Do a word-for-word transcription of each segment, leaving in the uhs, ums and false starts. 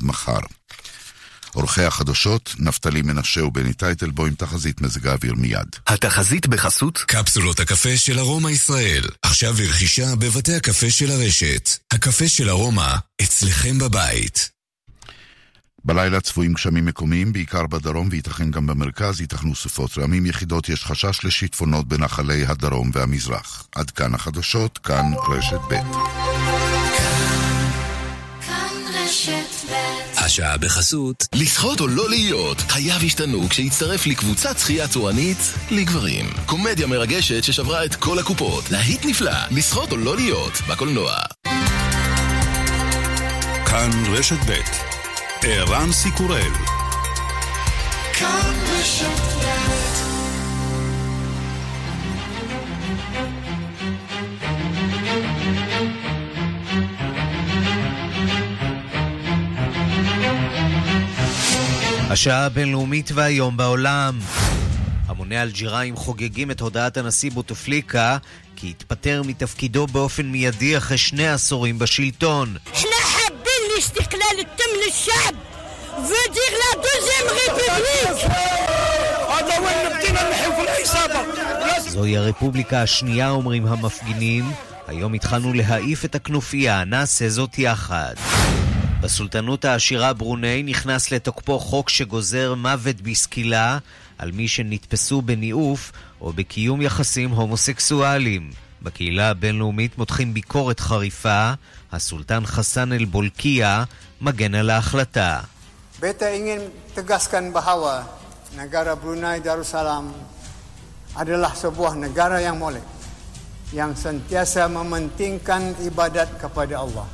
מחר. עורכי החדשות, נפתלי מנשה ובני טייטלבוים, תחזית מזג האוויר מיד. התחזית בחסות קפסולות הקפה של ארומה ישראל. עכשיו ברכישה בבתי הקפה של הרשת. הקפה של ארומה, אצלכם בבית. בלילה צפויים גשמים מקומיים, בעיקר בדרום וייתכן גם במרכז, ייתכנו סופות רעמים יחידות, יש חשש לשיטפונות בנחלי הדרום והמזרח. עד כאן החדשות, כאן רשת ב'. השעה בחסות לשחות או לא להיות, חייו השתנו כשיצטרף לקבוצת שחייה צורנית לגברים. קומדיה מרגשת ששברה את כל הקופות, להיט נפלא, לשחות או לא להיות, בקולנוע. כאן רשת ב' ערן סיקורל. כאן רשת ב'. השעה הבינלאומית והיום בעולם. המוני אלג'יראים חוגגים את הודעת הנשיא בוטפליקה כי התפטר מתפקידו באופן מיידי אחרי שני עשורים בשלטון. احنا حابين الاستقلال التام للشعب ودير لا دوزيام ريبوبليك. هذا وين بدينا نحن في الحسابة. זוהי הרפובליקה השנייה, אומרים המפגינים. היום התחלנו להעיף את הכנופיה, נעשה זאת יחד. בסולטנות העשירה ברוני נכנס לתוקפו חוק שגוזר מוות בסקילה על מי שנתפסו בניאוף או בקיום יחסים הומוסקסואליים. בקהילה הבינלאומית מותחים ביקורת חריפה. הסולטן חסן אל-בולקיה מגן על ההחלטה. Beta ingin tegaskan bahawa negara Brunei Darussalam adalah sebuah negara yang molek yang sentiasa mementingkan ibadat kepada Allah.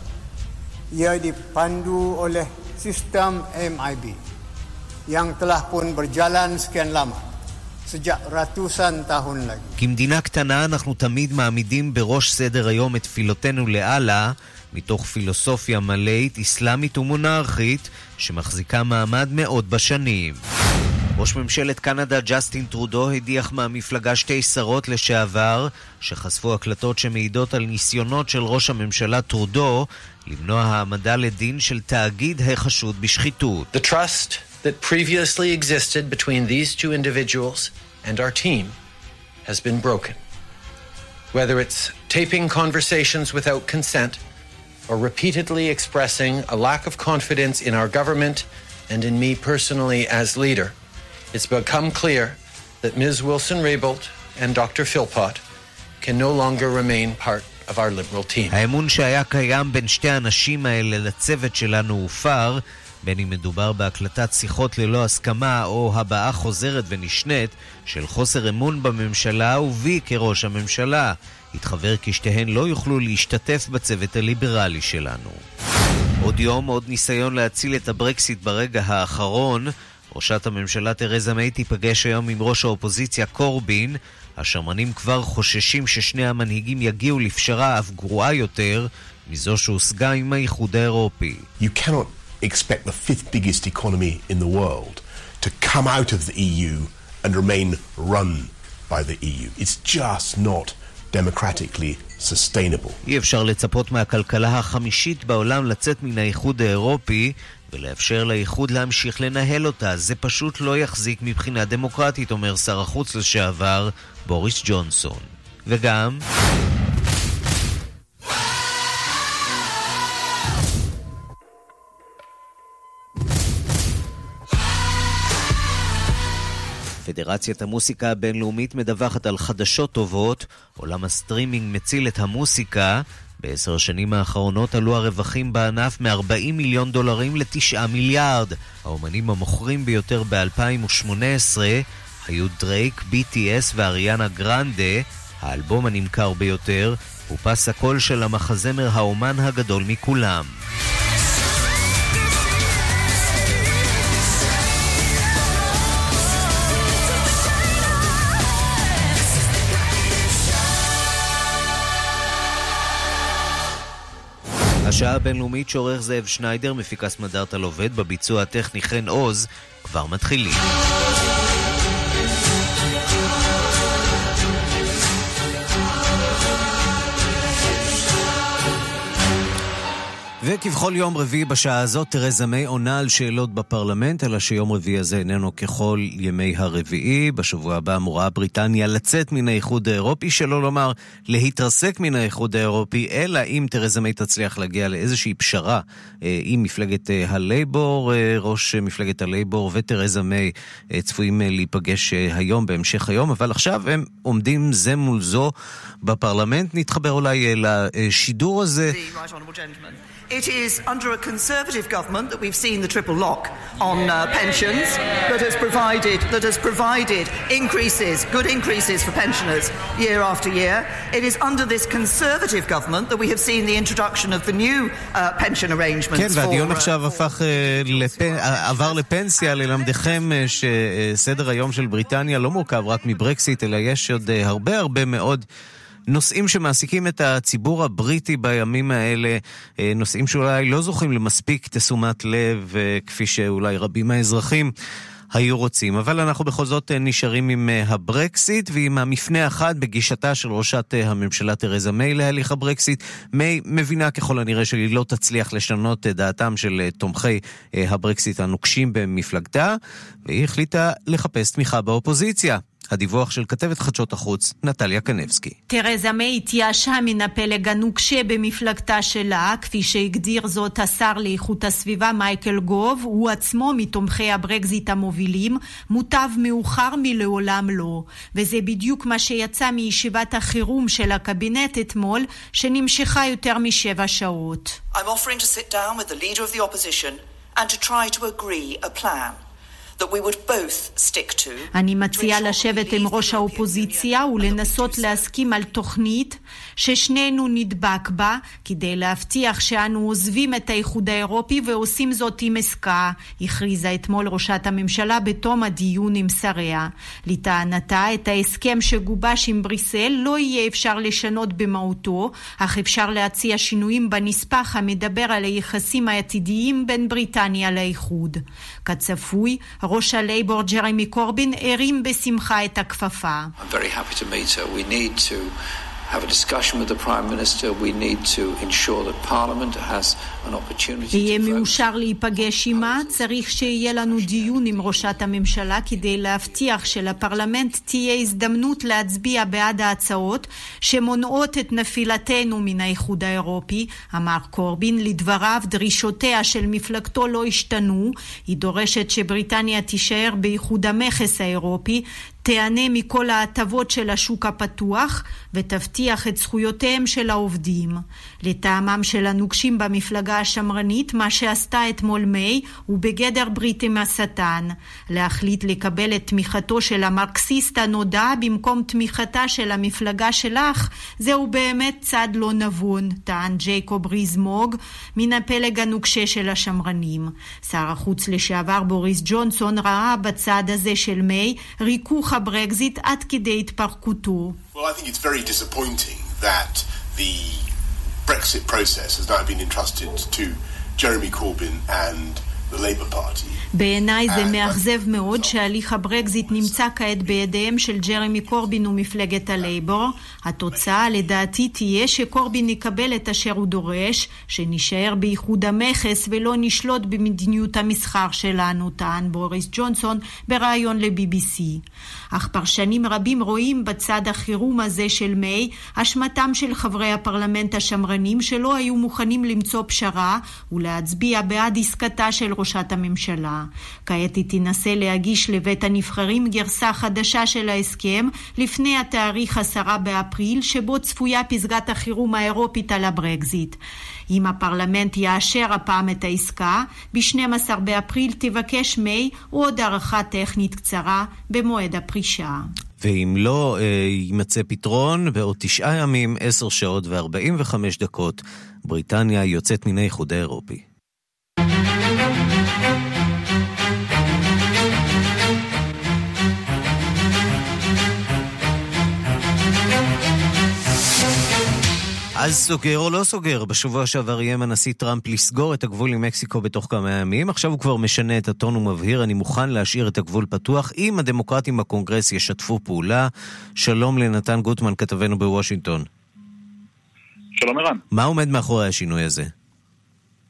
Ia dipandu oleh sistem M I B yang telah pun berjalan sekian lama, sejak ratusan tahun lagi. כמדינה קטנה אנחנו תמיד מעמידים בראש סדר היום את תפילותינו לאללה, מתוך פילוסופיה מלאית, אסלאמית ומונרכית, שמחזיקה מעמד מאות בשנים. ראש ממשלת קנדה ג'סטין טרודו הדיח מהמפלגה שתי שרות לשעבר שחשפו הקלטות שמעידות על ניסיונות של ראש הממשלה טרודו למנוע העמדה לדין של תאגיד החשוד בשחיתות. The trust that previously existed between these two individuals and our team has been broken. Whether it's taping conversations without consent or repeatedly expressing a lack of confidence in our government and in me personally as leader, it's become clear that Miz Wilson-Raybould and Doctor Philpott can no longer remain part of our liberal team. האמון שהיה קיים בין שתי האנשים האלה לצוות שלנו הופר, בין אם מדובר בהקלטת שיחות ללא הסכמה או הבעה חוזרת ונשנית של חוסר אמון בממשלה ובי כראש הממשלה. התחבר כי שתיהן לא יוכלו להשתתף בצוות הליברלי שלנו. עוד יום, עוד ניסיון להציל את הברקסיט ברגע האחרון. ראשת הממשלה תרזה מיי תיפגש היום עם ראש האופוזיציה קורבין. השמרנים כבר חוששים ששני המנהיגים יגיעו לפשרה אף גרועה יותר מזו שהושגה עם האיחוד האירופי. You cannot expect the fifth biggest economy in the world to come out of the E U and remain run by the E U. It's just not democratically sustainable. אי אפשר לצפות מהכלכלה החמישית בעולם לצאת מן האיחוד האירופי ולאפשר לאיחוד להמשיך לנהל אותה. זה פשוט לא יחזיק מבחינה דמוקרטית, אומר שר החוץ לשעבר בוריס ג'ונסון. וגם פדרציית המוסיקה הבינלאומית מדווחת על חדשות טובות. עולם הסטרימינג מציל את המוסיקה. בעשר השנים האחרונות עלו הרווחים בענף מ-ארבעים מיליון דולרים ל-תשעה מיליארד. האומנים המוכרים ביותר ב-אלפיים ושמונה עשרה היו דרייק, בי טי אס ואריאנה גרנדה. האלבום הנמכר ביותר הוא פס הקול של המחזמר האומן הגדול מכולם. השעה הבינלאומית שעורך זאב שניידר, מפיקס מדרת על עובד, בביצוע הטכני חן עוז, כבר מתחילים. וכבכל יום רביעי בשעה הזאת תרזה מיי עונה על שאלות בפרלמנט, אלא שיום רביעי הזה איננו ככל ימי הרביעי. בשבוע הבא אמורה בריטניה לצאת מן האיחוד האירופי, שלא לומר להתרסק מן האיחוד האירופי, אלא אם תרזה מיי תצליח להגיע לאיזושהי פשרה עם מפלגת הלייבור. ראש מפלגת הלייבור ותרזה מיי צפויים להיפגש היום בהמשך היום, אבל עכשיו הם עומדים זה מול זו בפרלמנט. נתחבר אולי לשידור הזה. It is under a Conservative government that we've seen the triple lock on uh, pensions that has provided that has provided increases, good increases for pensioners year after year. It is under this Conservative government that we have seen the introduction of the new uh, pension arrangements. כן, והדיון עכשיו הפך עבר לפנסיה. ללמדכם שסדר היום של בריטניה לא מורכב רק מברקסיט, אלא יש עוד הרבה הרבה מאוד נושאים שמעסיקים את הציבור הבריטי בימים האלה, נושאים שאולי לא זוכים למספיק תשומת לב, כפי שאולי רבים מהאזרחים היו רוצים. אבל אנחנו בכל זאת נשארים עם הברקסיט ועם המפנה אחד בגישתה של ראשת הממשלה תרזה מיי להליך הברקסיט. מיי מבינה ככל הנראה שהיא לא תצליח לשנות את דעתם של תומכי הברקסיט הנוקשים במפלגתה, והיא החליטה לחפש תמיכה באופוזיציה. הדיווח של כתבת חדשות החוץ, נטליה קנבסקי. תרזה מיי התייאשה מן הפלג הנוקשה במפלגתה שלה, כפי שהגדיר זאת השר לאיכות הסביבה מייקל גוב, הוא עצמו מתומכי הברקזיט המובילים, מוטב מאוחר מלעולם לא. וזה בדיוק מה שיצא מישיבת החירום של הקבינט אתמול, שנמשכה יותר משבע שעות. I'm offering to sit down with the leader of the opposition and to try to agree a plan that we would both stick to. אני מציעה לשבת עם ראש האופוזיציה ולנסות להסכים על תוכנית ששנינו נדבק בה, כדי להבטיח שאנו עוזבים את האיחוד האירופי ועושים זאת עם עסקה, הכריזה אתמול ראשת הממשלה בתום הדיון עם שריה. לטענתה, את ההסכם שגובש עם בריסל לא יהיה אפשר לשנות במהותו, אך אפשר להציע שינויים בנספח המדבר על היחסים העתידיים בין בריטניה לאיחוד. כצפוי, ראש הלייבור ג'רמי קורבין הרים בשמחה את הכפפה. I'm very happy to meet her. We need to have a discussion with the Prime Minister. We need to ensure that Parliament has an opportunity יהיה to vote. מאושר להיפגש עמה, צריך שיהיה לנו דיון עם ראשת הממשלה כדי להבטיח שלפרלמנט תהיה הזדמנות להצביע בעד ההצעות שמונעות את נפילתנו מן האיחוד האירופי. אמר קורבין, לדבריו דרישותיה של מפלגתו לא השתנו, היא דורשת שבריטניה תישאר באיחוד המכס האירופי, תענה מכל ההטבות של השוק הפתוח ותבטיח את זכויותיהם של העובדים. לטעמם של הנוקשים במפלגה השמרנית, מה שעשתה אתמול מיי הוא בגדר ברית עם השטן. להחליט לקבל את תמיכתו של המרקסיסט הנודע במקום תמיכתה של המפלגה שלך, זהו באמת צד לא נבון, טען ג'ייקוב ריזמוג מן הפלג הנוקשה של השמרנים. שר החוץ לשעבר בוריס ג'ונסון ראה בצד הזה של מיי ריכוך הברקזיט עד כדי התפרקותו. Well, I think it's very disappointing that the Brexit process has now been entrusted to Jeremy Corbyn and the Labour Party. בעיניי זה מאכזב מאוד שהליך הברקזיט נמצא כעת בידיהם של ג'רמי קורבין ומפלגת הלייבור. התוצאה לדעתי תהיה שקורבין יקבל את אשר הוא דורש, שנשאר באיחוד המכס ולא נשלוט במדיניות המסחר שלנו, טען בוריס ג'ונסון בראיון ל-בי בי סי. אך פרשנים רבים רואים בצד החירום הזה של מיי אשמתם של חברי הפרלמנט השמרנים שלא היו מוכנים למצוא פשרה ולהצביע בעד עסקתה של ראשת הממשלה. כעת היא תנסה להגיש לבית הנבחרים גרסה חדשה של ההסכם לפני התאריך עשרה באפריל שבו צפויה פסגת החירום האירופית על הברקזיט. אם הפרלמנט יאשר הפעם את העסקה, ב-שנים עשר באפריל תבקש מיי עוד הערכה טכנית קצרה במועד הפרישה. ואם לא יימצא פתרון, בעוד תשעה ימים, עשר שעות וארבעים וחמש דקות, בריטניה יוצאת מן האיחוד האירופי. אז סוגר או לא סוגר? בשבוע שעבר איים הנשיא טראמפ לסגור את הגבול עם מקסיקו בתוך כמה ימים. עכשיו הוא כבר משנה את הטון ומבהיר, אני מוכן להשאיר את הגבול פתוח אם הדמוקרטים בקונגרס ישתפו פעולה. שלום לנתן גוטמן, כתבנו בוושינגטון. שלום ערן. מה עומד מאחורי השינוי הזה?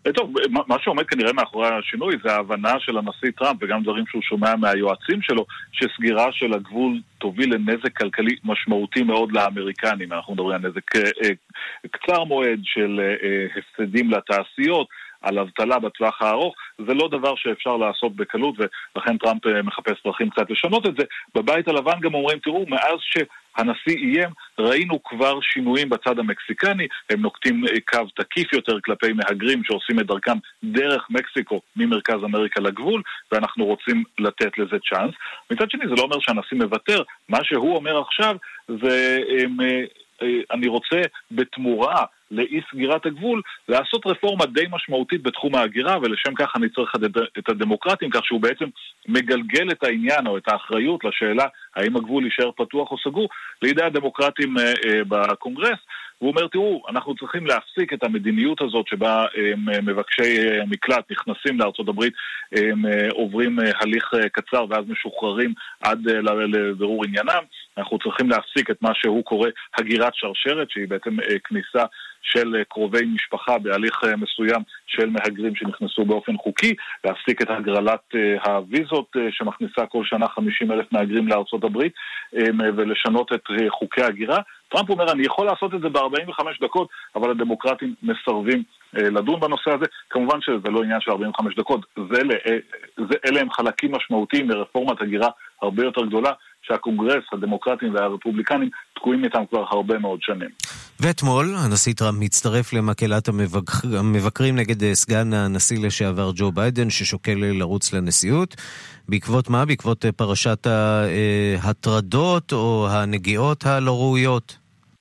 טוב, מה שעומד כנראה מאחורי השינוי זה ההבנה של הנשיא טראמפ וגם דברים שהוא שומע מהיועצים שלו, שסגירה של הגבול תוביל לנזק כלכלי משמעותי מאוד לאמריקנים. אנחנו מדברים על נזק קצר מועד של הפסדים לתעשיות, על אבטלה בטווח הארוך. זה לא דבר שאפשר לעשות בקלות, ולכן טראמפ מחפש דרכים קצת לשנות את זה. בבית הלבן גם אומרים, תראו, מאז שהנשיא איים, ראינו כבר שינויים בצד המקסיקני, הם נוקטים קו תקיף יותר כלפי מהגרים שעושים את דרכם דרך מקסיקו ממרכז אמריקה לגבול, ואנחנו רוצים לתת לזה צ'אנס. מצד שני, זה לא אומר שהנשיא מוותר. מה שהוא אומר עכשיו זה, אני רוצה בתמורה לאי סגירת הגבול, לעשות רפורמה די משמעותית בתחום ההגירה, ולשם כך אני צריך את הדמוקרטים, כך שהוא בעצם מגלגל את העניין או את האחריות לשאלה האם הגבול יישאר פתוח או סגור, לידי הדמוקרטים בקונגרס. הוא אומר, תראו, אנחנו צריכים להפסיק את המדיניות הזאת שבה מבקשי מקלט נכנסים לארצות הברית, הם עוברים הליך קצר ואז משוחררים עד לבירור עניינם. אנחנו צריכים להפסיק את מה שהוא קורא הגירת שרשרת, שהיא בעצם כניסה של קרובי משפחה בהליך מסוים של מהגרים שנכנסו באופן חוקי, להפסיק את הגרלת הוויזות שמכניסה כל שנה חמישים אלף מהגרים לארצות הברית, ולשנות את חוקי הגירה. טראמפ אומר, אני יכול לעשות את זה ב-ארבעים וחמש דקות, אבל הדמוקרטים מסרבים לדון בנושא הזה. כמובן שזה לא עניין של ארבעים וחמש דקות, זה, זה, אלה הם חלקים משמעותיים מרפורמת הגירה הרבה יותר גדולה, שהקונגרס, הדמוקרטים והרפובליקנים תקועים איתם כבר הרבה מאוד שנים. ואתמול הנשיא טראמפ מצטרף למקהלת המבקרים נגד סגן הנשיא לשעבר ג'ו ביידן, ששוקל לרוץ לנשיאות. בעקבות מה? בעקבות פרשת ההטרדות או הנגיעות הלא ראויות?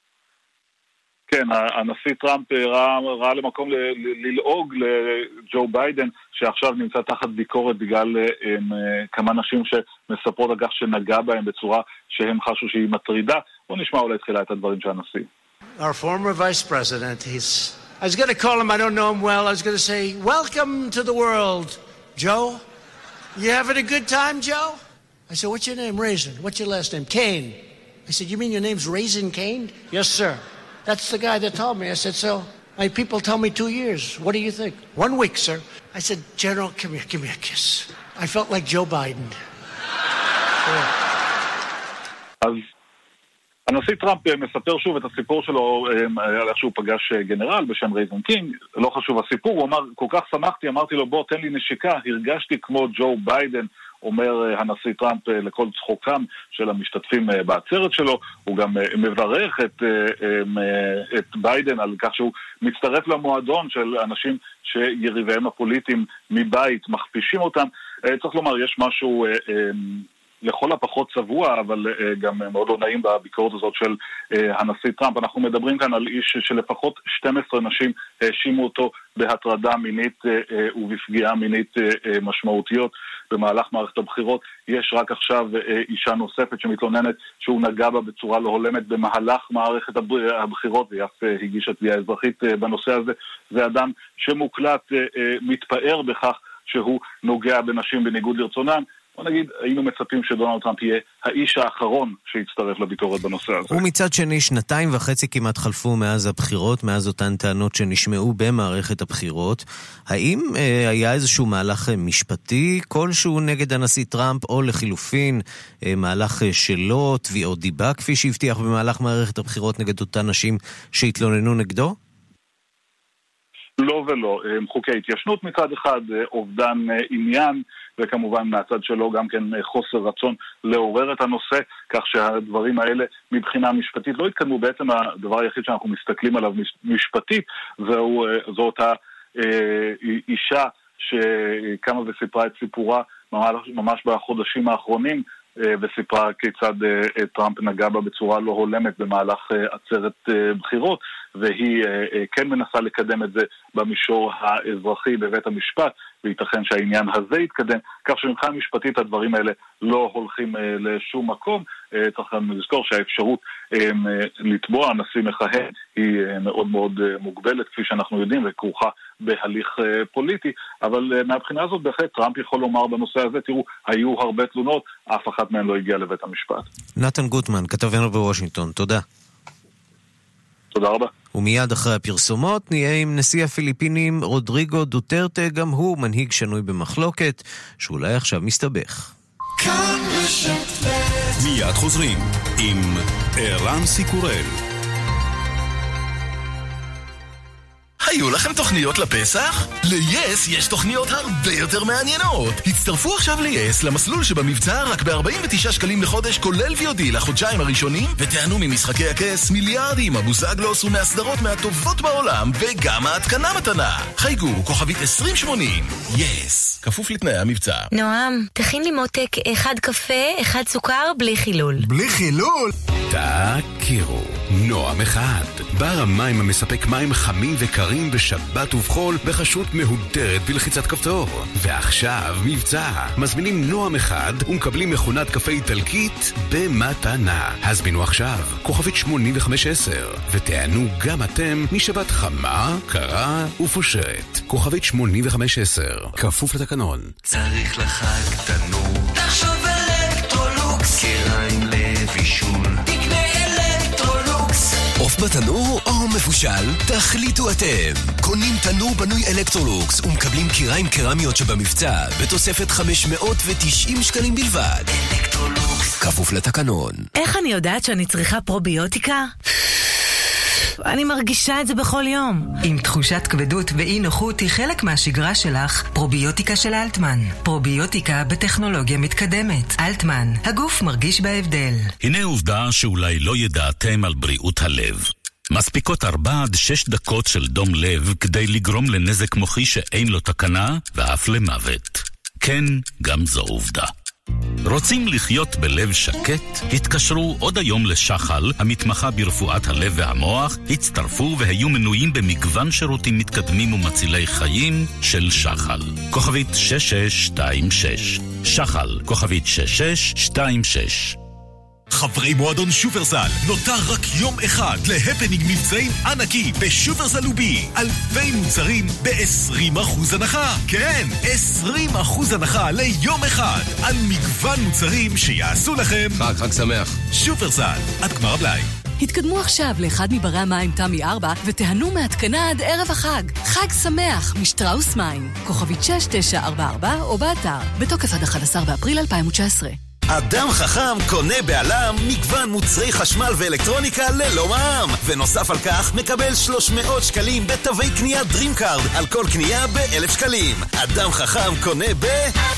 כן, הנשיא טראמפ ראה, ראה למקום ל, ל, ללעוג לג'ו ביידן, שעכשיו נמצא תחת ביקורת בגלל הם, כמה נשים שמספרות על כך שנגע בהם בצורה שהם חשו שהיא מטרידה. בוא נשמע אולי תחילה את הדברים של הנשיא. Our former vice president, he's... I was going to call him, I don't know him well, I was going to say, welcome to the world, Joe. You having a good time, Joe? I said, what's your name? Raisin. What's your last name? Kane. I said, you mean your name's Raisin Kane? Yes, sir. That's the guy that told me. I said, so my people tell me two years. What do you think? One week, sir. I said, General, come here, give me a kiss. I felt like Joe Biden. אז הנשיא טראמפ מספר שוב את הסיפור שלו על איך שהוא פגש גנרל בשם רייזן קינג. לא חשוב הסיפור, הוא אמר, כל כך שמחתי, אמרתי לו, בוא תן לי נשיקה, הרגשתי כמו ג'ו ביידן. אומר הנשיא טראמפ לכל צחוקם של המשתתפים בעצרת שלו. הוא גם מברך את, את ביידן על כך שהוא מצטרף למועדון של אנשים שיריביהם הפוליטיים מבית מכפישים אותם. צריך לומר, יש משהו לכל הפחות צבוע, אבל גם מאוד לא נעים בביקורת הזאת של הנשיא טראמפ. אנחנו מדברים כאן על איש שלפחות שתים עשרה נשים האשימו אותו בהטרדה מינית ובפגיעה מינית משמעותיות במהלך מערכת הבחירות. יש רק עכשיו אישה נוספת שמתלוננת שהוא נגע בה בצורה לא הולמת במהלך מערכת הבחירות, ואף הגישה תביעה אזרחית בנושא הזה. זה אדם שמוקלט מתפאר בכך שהוא נוגע בנשים בניגוד לרצונן. בוא נגיד, היינו מצפים שדונלד טראמפ יהיה האיש האחרון שיצטרף לביקורת בנושא הזה. ומצד שני, שנתיים וחצי כמעט חלפו מאז הבחירות, מאז אותן טענות שנשמעו במערכת הבחירות. האם אה, היה איזשהו מהלך משפטי כלשהו נגד הנשיא טראמפ, או לחילופין אה, מהלך שלו, תביעות דיבה, כפי שהבטיח במהלך מערכת הבחירות נגד אותן נשים שהתלוננו נגדו? לא ולא. חוקי התיישנות מצד אחד, אובדן עניין, וכמובן מהצד שלו גם כן חוסר רצון לעורר את הנושא, כך שהדברים האלה מבחינה משפטית לא התקדמו. בעצם הדבר היחיד שאנחנו מסתכלים עליו משפטית, זהו, זו אותה אה, אישה שקמה וסיפרה את סיפורה ממש, ממש בחודשים האחרונים, וסיפרה כיצד טראמפ נגע בה בצורה לא הולמת במהלך עצרת בחירות, והיא כן מנסה לקדם את זה במישור האזרחי בבית המשפט, וייתכן שהעניין הזה יתקדם, כך שמבחינה משפטית הדברים האלה לא הולכים לשום מקום. צריך לזכור שהאפשרות לתבוע נשיא מכהן היא מאוד מאוד מוגבלת, כפי שאנחנו יודעים, וכרוכה בהליך פוליטי, אבל מהבחינה הזאת בהחלט טראמפ יכול לומר בנושא הזה, תראו, היו הרבה תלונות, אף אחת מהן לא הגיעה לבית המשפט. נתן גוטמן, כתבנו בוושינגטון, תודה. תודה רבה. ומיד אחרי הפרסומות נהיה עם נשיא הפיליפינים רודריגו דוטרטה, גם הוא מנהיג שנוי במחלוקת, שאולי עכשיו מסתבך. מיד חוזרים עם ערן סיקורל. היו לכם תוכניות לפסח? ל-יס יש תוכניות הרבה יותר מעניינות. הצטרפו עכשיו ל-יס למסלול שבמבצע רק ב-ארבעים ותשעה שקלים לחודש, כולל וי או די לחודשיים הראשונים, ותענו ממשחקי הכס מיליארדים, אבוסגלוס ומהסדרות מהטובות בעולם, וגם ההתקנה מתנה. חייגו, כוכבית עשרים שמונים. יס, כפוף לתנאי המבצע. נועם, תכין לי מותק אחד קפה, אחד סוכר, בלי חילול. בלי חילול? תכירו, נועם אחד. בר המים המספק מים חמים וקרים בשבת ובחול בחשות מהודרת בלחיצת כפתור. ועכשיו מבצע. מזמינים נועם אחד ומקבלים מכונת קפה איטלקית במתנה. הזמינו עכשיו, כוכבית שמונים וחמש עשר, ותענו גם אתם משבת חמה, קרה ופושרת. כוכבית שמונים וחמש עשר, כפוף לתקנון. צריך לחג תנור, תחשוב אלקטרולוקס, קריים לבישול, תקנה אלקטרולוקס. עוף בתנור או מבושל? תחליטו אתם. קונים תנור בנוי אלקטרולוקס ומקבלים קיריים קרמיות שבמבצע בתוספת חמש מאות ותשעים שקלים בלבד. אלקטרולוקס, כפוף לתקנון. איך אני יודעת שאני צריכה פרוביוטיקה? אני מרגישה את זה בכל יום. אם תחושת כבדות ואי נוחות היא חלק מהשגרה שלך, פרוביוטיקה של אלטמן. פרוביוטיקה בטכנולוגיה מתקדמת. אלטמן, הגוף מרגיש בהבדל. הנה עובדה שאולי לא ידעתם על בריאות הלב. מספיקות ארבע עד שש דקות של דום לב כדי לגרום לנזק מוחי שאין לו תקנה ואף למוות. כן, גם זו עובדה. רוצים לחיות בלב שקט? התקשרו עוד היום לשחל, המתמחה ברפואת הלב והמוח, הצטרפו והיו מנויים במגוון שירותים מתקדמים ומצילי חיים של שחל. כוכבית שש שש שתיים שש. שחל, כוכבית שש שש שתיים שש. חברי מועדון שופרסל, נותר רק יום אחד להפנינג מבצעים ענקי בשופרסל ובי. אלפי מוצרים ב-עשרים אחוז הנחה. כן, עשרים אחוז הנחה ליום אחד על מגוון מוצרים שיעשו לכם חג, חג שמח. שופרסל, עד גמר הבלאי. התקדמו עכשיו לאחד מברי המים תמי ארבע ותהנו מהתקנה עד ערב החג. חג שמח משטראוס מים. כוכבית שש תשע ארבע ארבע או באתר. בתוקף עד אחד עשר באפריל אלפיים תשע עשרה. אדם חכם קונה בעלם מגוון מוצרי חשמל ואלקטרוניקה ללא מע"מ, ונוסף על כך מקבל שלוש מאות שקלים בתווי קנייה דרימקארד על כל קנייה ב-אלף שקלים. אדם חכם קונה ב...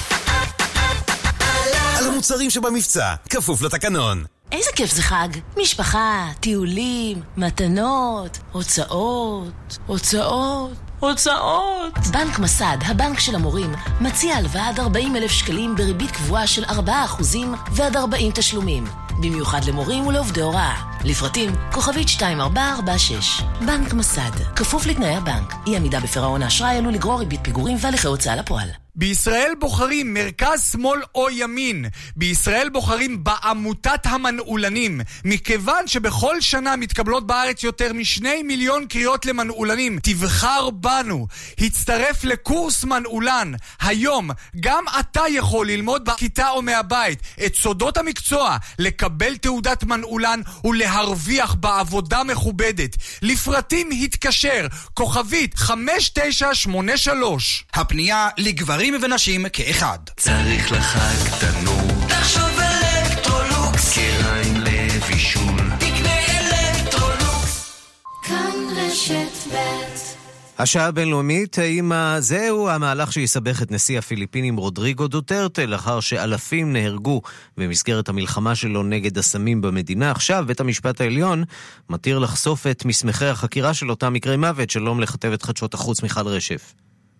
על המוצרים שבמבצע, כפוף לתקנון. איזה כיף זה חג. משפחה, טיולים, מתנות, הוצאות, הוצאות, הוצאות. בנק מסד, הבנק של המורים, מציע הלוואה עד ארבעים אלף שקלים בריבית קבועה של ארבעה אחוזים ועד ארבעים תשלומים. במיוחד למורים ולעובדי הוראה. לפרטים, כוכבית שתיים ארבע ארבע שש. בנק מסד, כפוף לתנאי הבנק. אי עמידה בפירעון האשראי עלול לגרור ריבית פיגורים והליכי הוצאה לפועל. בישראל בוחרים מרכז, שמאל או ימין. בישראל בוחרים בעמותת המנעולנים. מכיוון שבכל שנה מתקבלות בארץ יותר משני מיליון קריאות למנעולנים, תבחר בנו. הצטרף לקורס מנעולן. היום גם אתה יכול ללמוד בכיתה או מהבית את סודות המקצוע, לקבל תעודת מנעולן ולהרוויח בעבודה מכובדת. לפרטים התקשר, כוכבית חמש תשע שמונה שלוש. הפנייה לגברים ונשים כאחד. צריך לחג תנור, תחשוב אלקטרולוקס, קריים לבישול, תקנה אלקטרולוקס. כאן רשת ב'. השעה הבינלאומית, האם זהו המהלך שיסבך את נשיא הפיליפינים רודריגו דוטרטה לאחר שאלפים נהרגו במסגרת המלחמה שלו נגד הסמים במדינה? עכשיו בית המשפט העליון מתיר לחשוף את מסמכי החקירה של אותם מקרי מוות. שלום לכתבת חדשות החוץ מיכל רשף.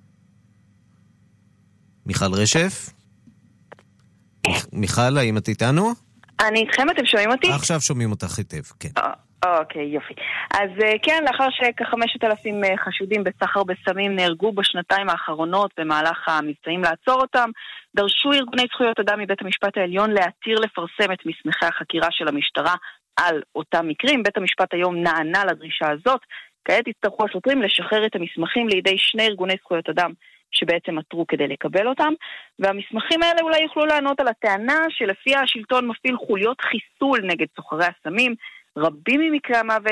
מיכל רשף? מיכל, האם את איתנו? אני איתכם, אתם שומעים אותי? עכשיו שומעים אותך היטב, כן. אוקיי, יופי. אז כן, לאחר שכחמשת אלפים חשודים בסחר בסמים נהרגו בשנתיים האחרונות במהלך המבצעים לעצור אותם, דרשו ארגוני זכויות אדם מבית המשפט העליון להתיר לפרסם את מסמכי החקירה של המשטרה על אותם מקרים. בית המשפט היום נענה לדרישה הזאת. כעת יצטרכו השוטרים לשחרר את המסמכים לידי שני ארגוני זכויות אדם שבעצם עתרו כדי לקבל אותם, והמסמכים האלה אולי יוכלו לענות על הטענה שלפיה השלטון מפעיל חוליות חיסול נגד סוחרי הסמים. רבים ממקרי המוות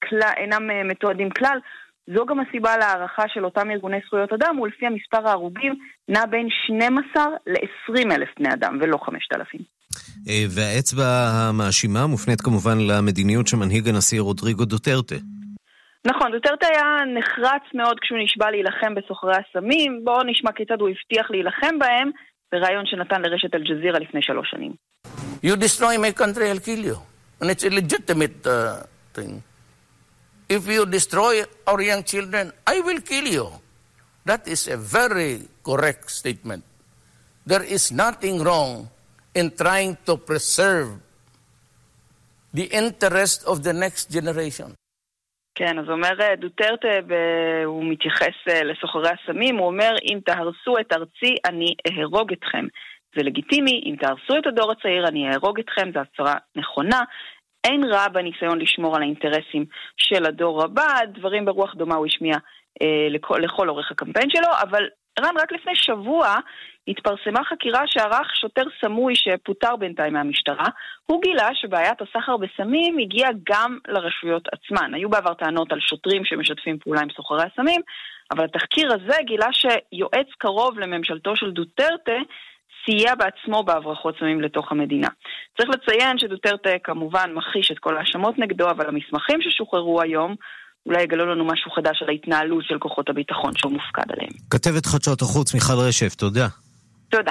כלל, אינם מתועדים כלל. זו גם הסיבה להערכה של אותם ארגוני זכויות אדם, ולפי המספר ההרוגים נע בין שנים עשר ל-עשרים אלף בני אדם, ולא חמשת אלפים. והאצבע המאשימה מופנית כמובן למדיניות שמנהיג הנשיא רודריגו דוטרטה. נכון, דוטרטה היה נחרץ מאוד כשהוא נשבע להילחם בסוחרי הסמים. בואו נשמע כיצד הוא הבטיח להילחם בהם, ברעיון שנתן לרשת אל-ג'זירה לפני שלוש שנים. You destroy my country, I'll kill you. And it's a legitimate uh, thing. If you destroy our young children, I will kill you. That is a very correct statement. There is nothing wrong in trying to preserve the interest of the next generation. כן, אז אומר דוטרטה, הוא מתייחס לסוחרי הסמים, הוא אומר, אם תהרסו את ארצי, אני אהרוג אתכם. זה לגיטימי, אם תהרסו את הדור הצעיר, אני אהרוג אתכם, זו הצהרה נכונה. אין רע בניסיון לשמור על האינטרסים של הדור הבא, דברים ברוח דומה הוא השמיע אה, לכל, לכל אורך הקמפיין שלו, אבל רן, רק לפני שבוע התפרסמה חקירה שערך שוטר סמוי שפוטר בינתיים מהמשטרה. הוא גילה שבעיית הסחר בסמים הגיעה גם לרשויות עצמן. היו בעבר טענות על שוטרים שמשתפים פעולה עם סוחרי הסמים, אבל התחקיר הזה גילה שיועץ קרוב לממשלתו של דוטרטה סייע בעצמו בהברחות סמים לתוך המדינה. צריך לציין שדוטרטה כמובן מכחיש את כל האשמות נגדו, אבל המסמכים ששוחררו היום אולי יגלו לנו משהו חדש על ההתנהלות של כוחות הביטחון שהוא מופקד עליהם. כתבת חדשות החוץ מיכל רשף, תודה. תודה.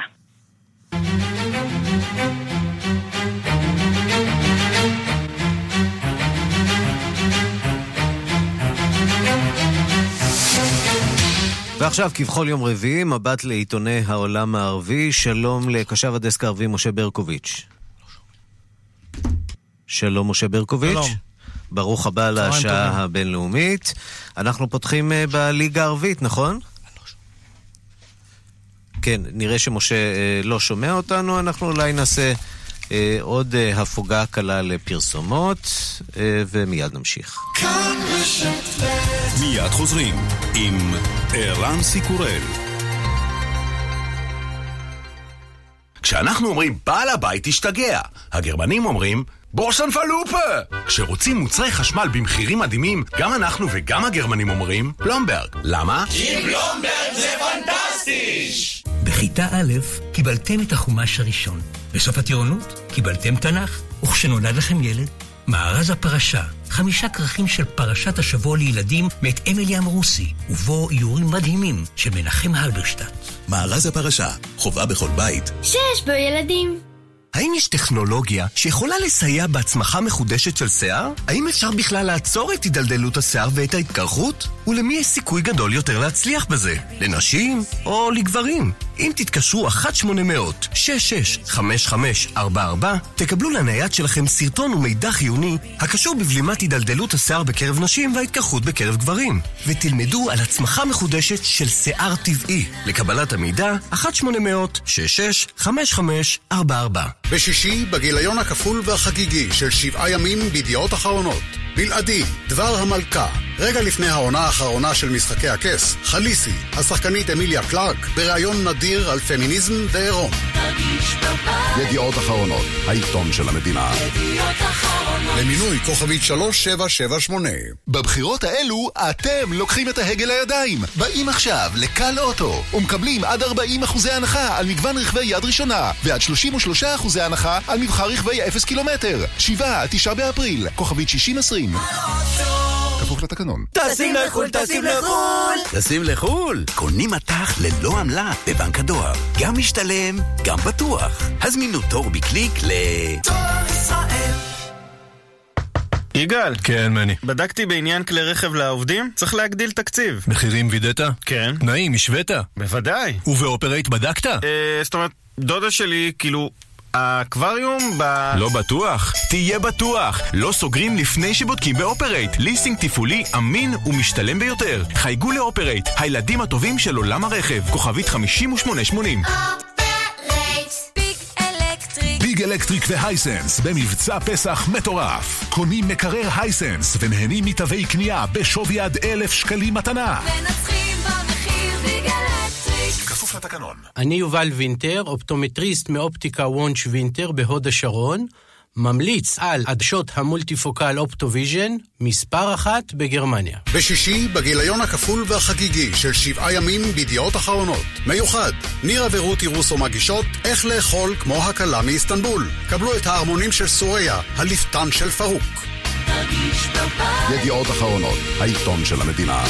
ועכשיו כבכל יום רביעי, מבט לעיתוני העולם הערבי. שלום לקשב הדסק הערבי משה ברקוביץ'. שלום משה ברקוביץ'. שלום. ברוך הבא לשעה הבינלאומית. אנחנו פותחים בליגה הערבית, נכון? כן, נראה שמשה לא שומע אותנו. אנחנו אולי נעשה עוד הפוגה קלה לפרסומות ומיד נמשיך. מיד חוזרים עם ערן סיקורל. כשאנחנו אומרים בעל הבית תשתגע, הגרמנים אומרים בורשן פלופה. כשרוצים מוצרי חשמל במחירים מדהימים, גם אנחנו וגם הגרמנים אומרים פלומברג. למה? כי פלומברג זה פנטסטי. בכיתה א' קיבלתם את החומש הראשון. בסוף הטירונות קיבלתם תנ"ך. וכשנולד לכם ילד, מארז הפרשה, חמישה כרכים של פרשת השבוע לילדים מאת אמילי אמרוסי, ובו איורים מדהימים של מנחם הלברשטט. מארז הפרשה, חובה בכל בית. שיש בו ילדים. האם יש טכנולוגיה שיכולה לסייע בהצמחה מחודשת של שיער? האם אפשר בכלל לעצור את הידלדלות השיער ואת ההתקרחות? ולמי יש סיכוי גדול יותר להצליח בזה? לנשים או לגברים? אם תתקשרו אחת שמונה מאות שש שש חמש חמש ארבע ארבע, תקבלו לנייד שלכם סרטון ומידע חיוני הקשור בבלימת הידלדלות השיער בקרב נשים וההתקרחות בקרב גברים, ותלמדו על הצמחה מחודשת של שיער טבעי. לקבלת המידע אחת שמונה מאות שש שש חמש חמש ארבע ארבע. בשישי, בגיליון הכפול והחגיגי של שבעה ימים בידיעות אחרונות. בלעדי, דבר המלכה. רגע לפני העונה האחרונה של משחקי הכס, חליסי, השחקנית אמיליה קלארק, בראיון נדיר על פמיניזם ועירום. ידיעות אחרונות, העיתון של המדינה. למינוי כוכבית שלוש שבע שבע שמונה. בבחירות האלו אתם לוקחים את ההגה לידיים. באים עכשיו לקל אוטו ומקבלים עד ארבעים אחוזי הנחה על מגוון רכבי יד ראשונה ועד שלושים ושלושה אחוזי הנחה על מבחר רכבי אפס קילומטר. שבעה, תשעה באפריל, כוכבית שישים עשרים. כפוף לתקנון. טסים לחול, טסים לחול. טסים לחול. קונים מטח ללא עמלה בבנק הדואר. גם משתלם, גם בטוח. הזמינו תור בקליק ל... תור ישראל. יגאל. כן, מני. בדקתי בעניין כלי רכב לעובדים, צריך להגדיל תקציב. מחירים וידאת? כן. נעים, השווית? בוודאי. ובאופרייט בדקת? אה, זאת אומרת, דודה שלי, כאילו... האקווריום ב... לא בטוח? תהיה בטוח! לא סוגרים לפני שבודקים באופרייט. ליסינג תפעולי אמין ומשתלם ביותר. חייגו לאופרייט, הילדים הטובים של עולם הרכב. כוכבית חמישים ושמונה שמונים. אופרייט, ביג אלקטריק. ביג אלקטריק והייסנס במבצע פסח מטורף. קונים מקרר הייסנס ונהנים מתווי קנייה בשווי עד אלף שקלים מתנה. מנצחים במחיר ביג אלקטריק. כפוף לתקנון. אני יובל וינטר, אופטומטריסט מאופטיקה וונש וינטר בהוד השרון. ממליץ על עדשות המולטיפוקל אופטוויז'ן מספר אחת בגרמניה. בשישי בגיליון הכפול והחגיגי של שבעה ימים בידיעות אחרונות. מיוחד, נירה ורותי רוסו מגישות איך לאכול כמו הקלה מאיסטנבול. קבלו את ההרמונים של סוריה, הליפתן של פרוק. ידיעות אחרונות, העיתון של המדינה.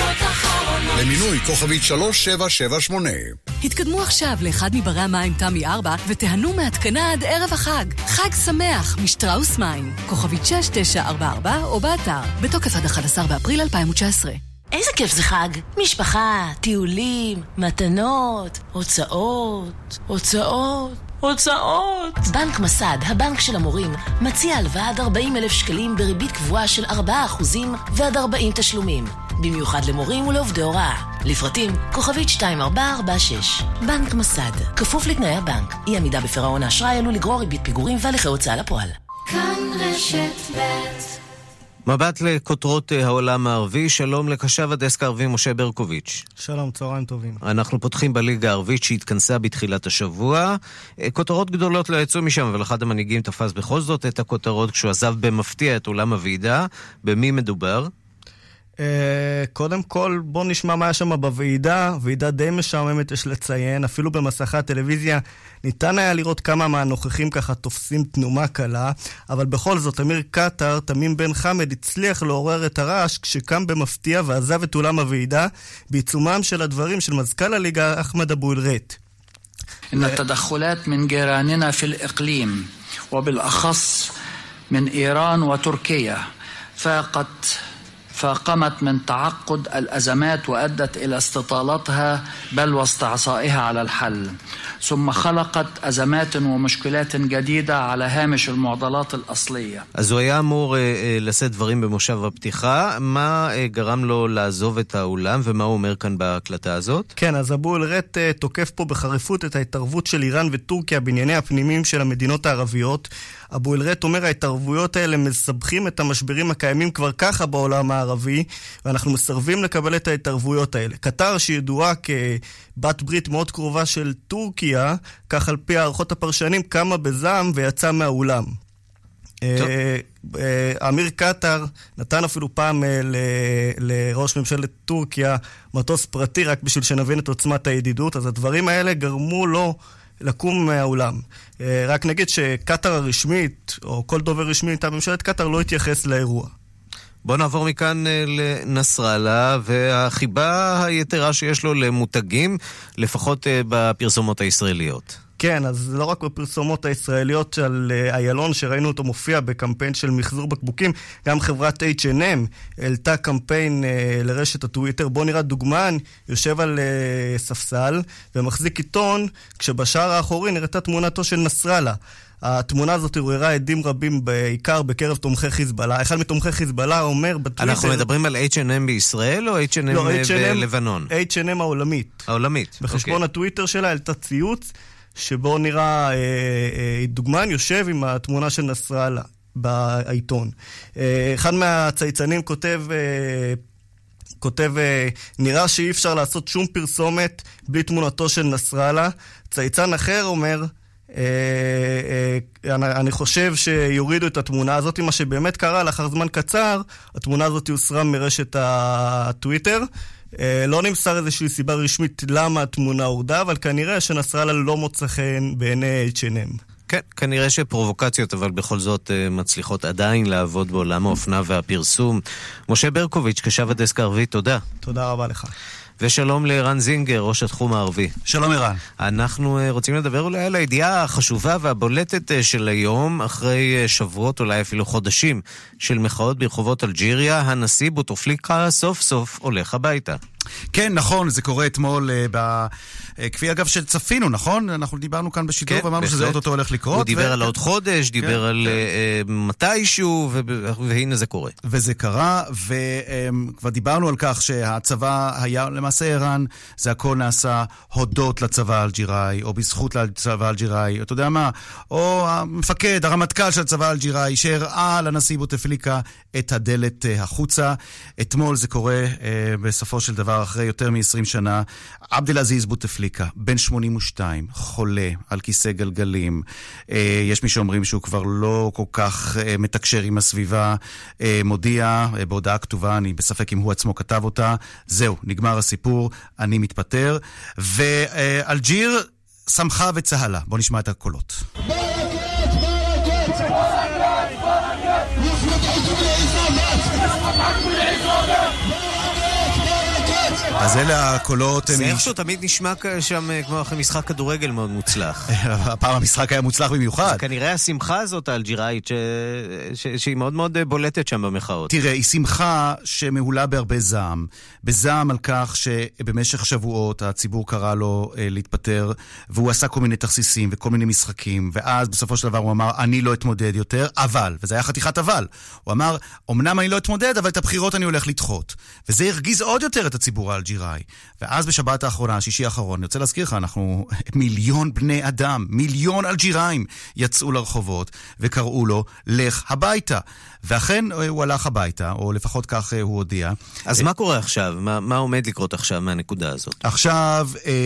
למינוי כוכבית שלוש שבע שבע שמונה. התקדמו עכשיו לאחד מברי המים תמי ארבע ותיהנו מהתקנה עד ערב החג. חג שמח משטראוס מים. כוכבית שש תשע ארבע ארבע או באתר. בתוקף עד אחד עשר באפריל אלפיים תשע עשרה. איזה כיף זה חג. משפחה, טיולים, מתנות, הוצאות, הוצאות. הוצאות. בנק מסד, הבנק של המורים, מציע הלוואה עד ארבעים אלף שקלים בריבית קבועה של ארבעה אחוזים ועד ארבעים תשלומים. במיוחד למורים ולעובדי הוראה. לפרטים, כוכבית שתיים ארבע ארבע שש. בנק מסד, כפוף לתנאי הבנק. אי עמידה בפירעון האשראי עלול לגרור ריבית פיגורים והליכי הוצאה לפועל. כאן רשת ב'. מבט לכותרות העולם הערבי, שלום לקשב הדסק הערבי משה ברקוביץ'. שלום, צהריים טובים. אנחנו פותחים בליגה הערבית שהתכנסה בתחילת השבוע. כותרות גדולות לא יצאו משם, אבל אחד המנהיגים תפס בכל זאת את הכותרות כשהוא עזב במפתיע את אולם הוועידה. במי מדובר? קודם כל, בוא נשמע מה היה שם בוועידה. ועידה די משעממת יש לציין, אפילו במסכי הטלוויזיה ניתן היה לראות כמה מהנוכחים ככה תופסים תנומה קלה, אבל בכל זאת אמיר קטר, תמים בן חמד, הצליח לעורר את הרעש כשקם במפתיע ועזב את אולם הוועידה בעיצומם של הדברים של מזכ"ל הליגה אחמד אבו אלרייט. إن التدخلات من جيراننا في الإقليم وبالأخص من إيران وتركيا فقط فقمت من تعقد الأزمات وأدت إلى استطالتها بل واستعصائها على الحل ثم خلقت أزمات ومشكلات جديدة على هامش المعضلات الأصلية. אז הוא היה אמור לשאת דברים במושב הפתיחה. מה גרם לו לעזוב את האולם ומה הוא אומר כאן בהקלטה הזאת? כן, אז אבו אלרייט תוקף פה בחריפות את ההתערבות של איראן וטורקיה בענייני הפנימיים של המדינות הערביות. אבו אלרייט אומר, ההתערבויות האלה מסבכים את המשברים הקיימים כבר ככה בעולם הערבי, ואנחנו מסרבים לקבל את ההתערבויות האלה. קטר שידועה כבת ברית מאוד קרובה של טורקיה, כך על פי הערכות הפרשנים, קמה בזעם ויצא מהאולם. אמיר קטר נתן אפילו פעם לראש ממשלת טורקיה מטוס פרטי רק בשביל שנבין את עוצמת הידידות, אז הדברים האלה גרמו לו לקום מהאולם. רק נגיד שקטר הרשמית, או כל דובר רשמי מטעם ממשלת קטר, לא התייחס לאירוע. בוא נעבור מכאן לנסראללה והחיבה היתרה שיש לו למותגים, לפחות בפרסומות הישראליות. כן, אז לא רק בפרסומות הישראליות של איילון, שראינו אותו מופיע בקמפיין של מחזור בקבוקים, גם חברת אייץ' אנד אם העלתה קמפיין לרשת הטוויטר. בוא נראה דוגמן, יושב על ספסל ומחזיק עיתון, כשבשער האחורי נראתה תמונתו של נסראללה. התמונה הזאת הראה עדים רבים בעיקר בקרב תומכי חיזבאללה. אחד מתומכי חיזבאללה אומר בטוויטר... אנחנו מדברים על אייץ' אנד אם בישראל או אייץ' אנד אם בלבנון? אייץ' אנד אם העולמית. העולמית, בחשבון הטוויטר שלה העלתה ציוץ שבו נראה אה, אה, דוגמן יושב עם התמונה של נסראללה בעיתון. אה, אחד מהצייצנים כותב... אה, כותב, נראה שאי אפשר לעשות שום פרסומת בלי תמונתו של נסראללה. צייצן אחר אומר, אה, אה, אני, אני חושב שיורידו את התמונה הזאת, מה שבאמת קרה לאחר זמן קצר, התמונה הזאת הוסרה מרשת הטוויטר. אה, לא נמסר איזושהי סיבה רשמית למה התמונה הורדה, אבל כנראה שנסראללה לא מוצא חן בעיני אייץ' אנד אם. כן, כנראה שפרובוקציות, אבל בכל זאת מצליחות עדיין לעבוד בעולם האופנה והפרסום. משה ברקוביץ', קשב הדסק הערבי, תודה. תודה רבה לך. ושלום לערן זינגר, ראש התחום הערבי. שלום ערן. אנחנו רוצים לדבר אולי על הידיעה החשובה והבולטת של היום, אחרי שבועות, אולי אפילו חודשים, של מחאות ברחובות אלג'יריה. הנשיא בוטפליקה סוף סוף הולך הביתה. כן, נכון, זה קורה אתמול, ב... כפי אגב שצפינו, נכון? אנחנו דיברנו כאן בשידור כן, ואמרנו שזה אותו הולך לקרות. הוא דיבר ו... על עוד חודש, דיבר כן, על כן. מתישהו, ו... והנה זה קורה. וזה קרה, וכבר דיברנו על כך שהצבא היה למעשה איראן, זה הכל נעשה הודות לצבא האלג'יראי, או בזכות לצבא האלג'יראי, אתה יודע מה? או המפקד, הרמטכ"ל של הצבא האלג'יראי, שהראה לנשיא בוטפליקה את הדלת החוצה. אתמול זה קורה בסופו של דבר כבר אחרי יותר מ-עשרים שנה. עבד אל-עזיז בוטפליקה, בן שמונים ושתיים, חולה, על כיסא גלגלים. יש מי שאומרים שהוא כבר לא כל כך מתקשר עם הסביבה. מודיע בהודעה כתובה, אני בספק אם הוא עצמו כתב אותה, זהו, נגמר הסיפור, אני מתפטר. ואלג'יר שמחה וצהלה. בוא נשמע את הקולות. אז אלה הקולות... זה איכשהו תמיד נשמע שם כמו אחרי משחק כדורגל מאוד מוצלח. הפעם המשחק היה מוצלח במיוחד. כנראה השמחה הזאת האלג'יראית שהיא מאוד מאוד בולטת שם במחאות. תראה, היא שמחה שמהולה בהרבה זעם. בזעם על כך שבמשך שבועות הציבור קרא לו להתפטר, והוא עשה כל מיני תכסיסים וכל מיני משחקים, ואז בסופו של דבר הוא אמר, אני לא אתמודד יותר, אבל, וזה היה חתיכת אבל. הוא אמר, אמנם אני לא אתמודד, אבל את הבחירות אני הולך לדחות. וזה הרגיז עוד יותר את הציבור האלג'יראי. ואז בשבת האחרונה, השישי האחרון, אני רוצה להזכיר לך, אנחנו מיליון בני אדם, מיליון אלג'יראים יצאו לרחובות וקראו לו, לך הביתה. ואכן הוא הלך הביתה, או לפחות כך הוא הודיע. אז מה קורה עכשיו? מה, מה עומד לקרות עכשיו מהנקודה הזאת? עכשיו,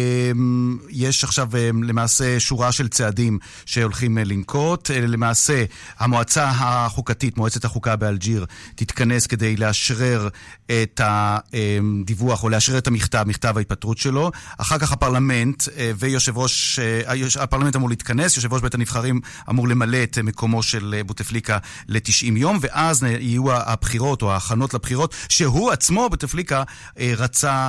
יש עכשיו למעשה שורה של צעדים שהולכים לנקוט. למעשה, המועצה החוקתית, מועצת החוקה באלג'יר, תתכנס כדי לאשרר את הדיווח, או לאשרר את המכתב, מכתב ההתפטרות שלו. אחר כך הפרלמנט ויושב ראש, הפרלמנט אמור להתכנס, יושב ראש בית הנבחרים אמור למלא את מקומו של בוטפליקה ל-תשעים יום, ואז יהיו הבחירות או ההכנות לבחירות, שהוא עצמו בוטפליקה רצה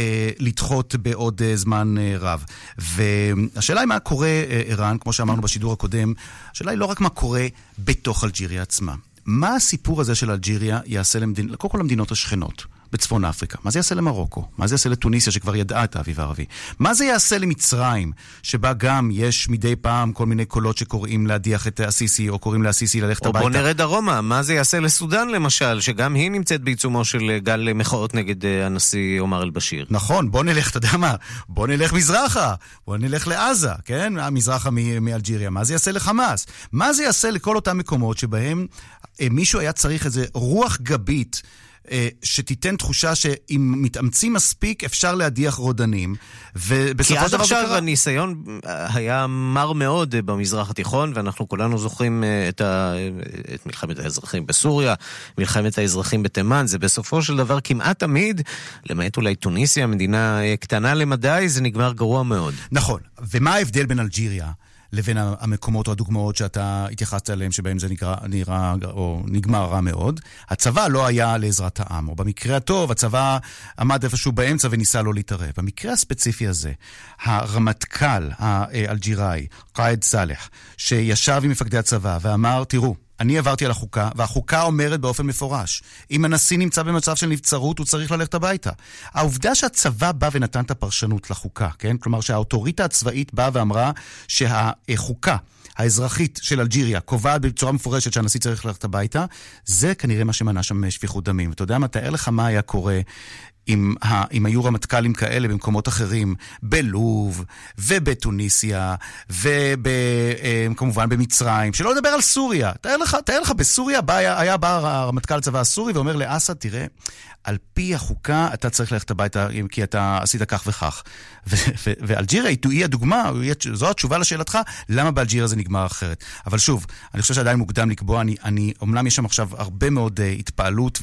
לדחות בעוד זמן רב. והשאלה היא מה קורה, איראן, כמו שאמרנו בשידור הקודם, השאלה היא לא רק מה קורה בתוך אלג'יריה עצמה. מה הסיפור הזה של אלג'יריה יעשה למדינ... לכל כל המדינות השכנות בצפון אפריקה? מה זה יעשה למרוקו? מה זה יעשה לטוניסיה שכבר ידעה את האביב הערבי? מה זה יעשה למצרים, שבה גם יש מדי פעם כל מיני קולות שקוראים להדיח את הסיסי, או קוראים להסיסי ללכת הביתה? או בוא נרד דרומה, מה זה יעשה לסודן למשל, שגם היא נמצאת בעיצומו של גל מחאות נגד הנשיא עומר אל-בשיר? נכון, בוא נלך, אתה יודע מה? בוא נלך מזרחה, בוא נלך לעזה, כן? מזרחה מאלג'יריה. מה זה יעשה לחמאס? מה זה יעשה לכל אותם מקומות שבהם מישהו היה צריך איזה רוח גבית שתיתן תחושה שאם מתאמצים מספיק אפשר להדיח רודנים. כי עד עכשיו בקרה... הניסיון היה מר מאוד במזרח התיכון, ואנחנו כולנו זוכרים את, ה... את מלחמת האזרחים בסוריה, מלחמת האזרחים בתימן, זה בסופו של דבר כמעט תמיד, למעט אולי טוניסיה, מדינה קטנה למדי, זה נגמר גרוע מאוד. נכון, ומה ההבדל בין אלג'יריה לבין המקומות או הדוגמאות שאתה התייחסת עליהם, שבהם זה נקרא, נראה או נגמר רע מאוד? הצבא לא היה לעזרת העם, או במקרה הטוב, הצבא עמד איפשהו באמצע וניסה לא להתערב. במקרה הספציפי הזה, הרמטכ"ל האלג'יראי, קאיד סאלח, שישב עם מפקדי הצבא ואמר, תראו, אני עברתי על החוקה, והחוקה אומרת באופן מפורש, אם הנשיא נמצא במצב של נבצרות, הוא צריך ללכת הביתה. העובדה שהצבא בא ונתן את הפרשנות לחוקה, כן? כלומר שהאוטוריטה הצבאית באה ואמרה שהחוקה האזרחית של אלג'יריה קובעת בצורה מפורשת שהנשיא צריך ללכת הביתה, זה כנראה מה שמנע שם שפיכות דמים. אתה יודע מה, תאר לך מה היה קורה אם, ה, אם היו רמטכ"לים כאלה במקומות אחרים, בלוב ובטוניסיה וכמובן במצרים, שלא לדבר על סוריה. תאר לך, תאר לך בסוריה בא, היה בא הרמטכ"ל הצבא הסורי ואומר לאסד, תראה, על פי החוקה אתה צריך ללכת הביתה כי אתה עשית כך וכך. ואלג'יריה היא הדוגמה, זו התשובה לשאלתך, למה באלג'יריה זה נגמר אחרת. אבל שוב, אני חושב שעדיין מוקדם לקבוע, אני, אני, אומנם יש שם עכשיו הרבה מאוד uh, התפעלות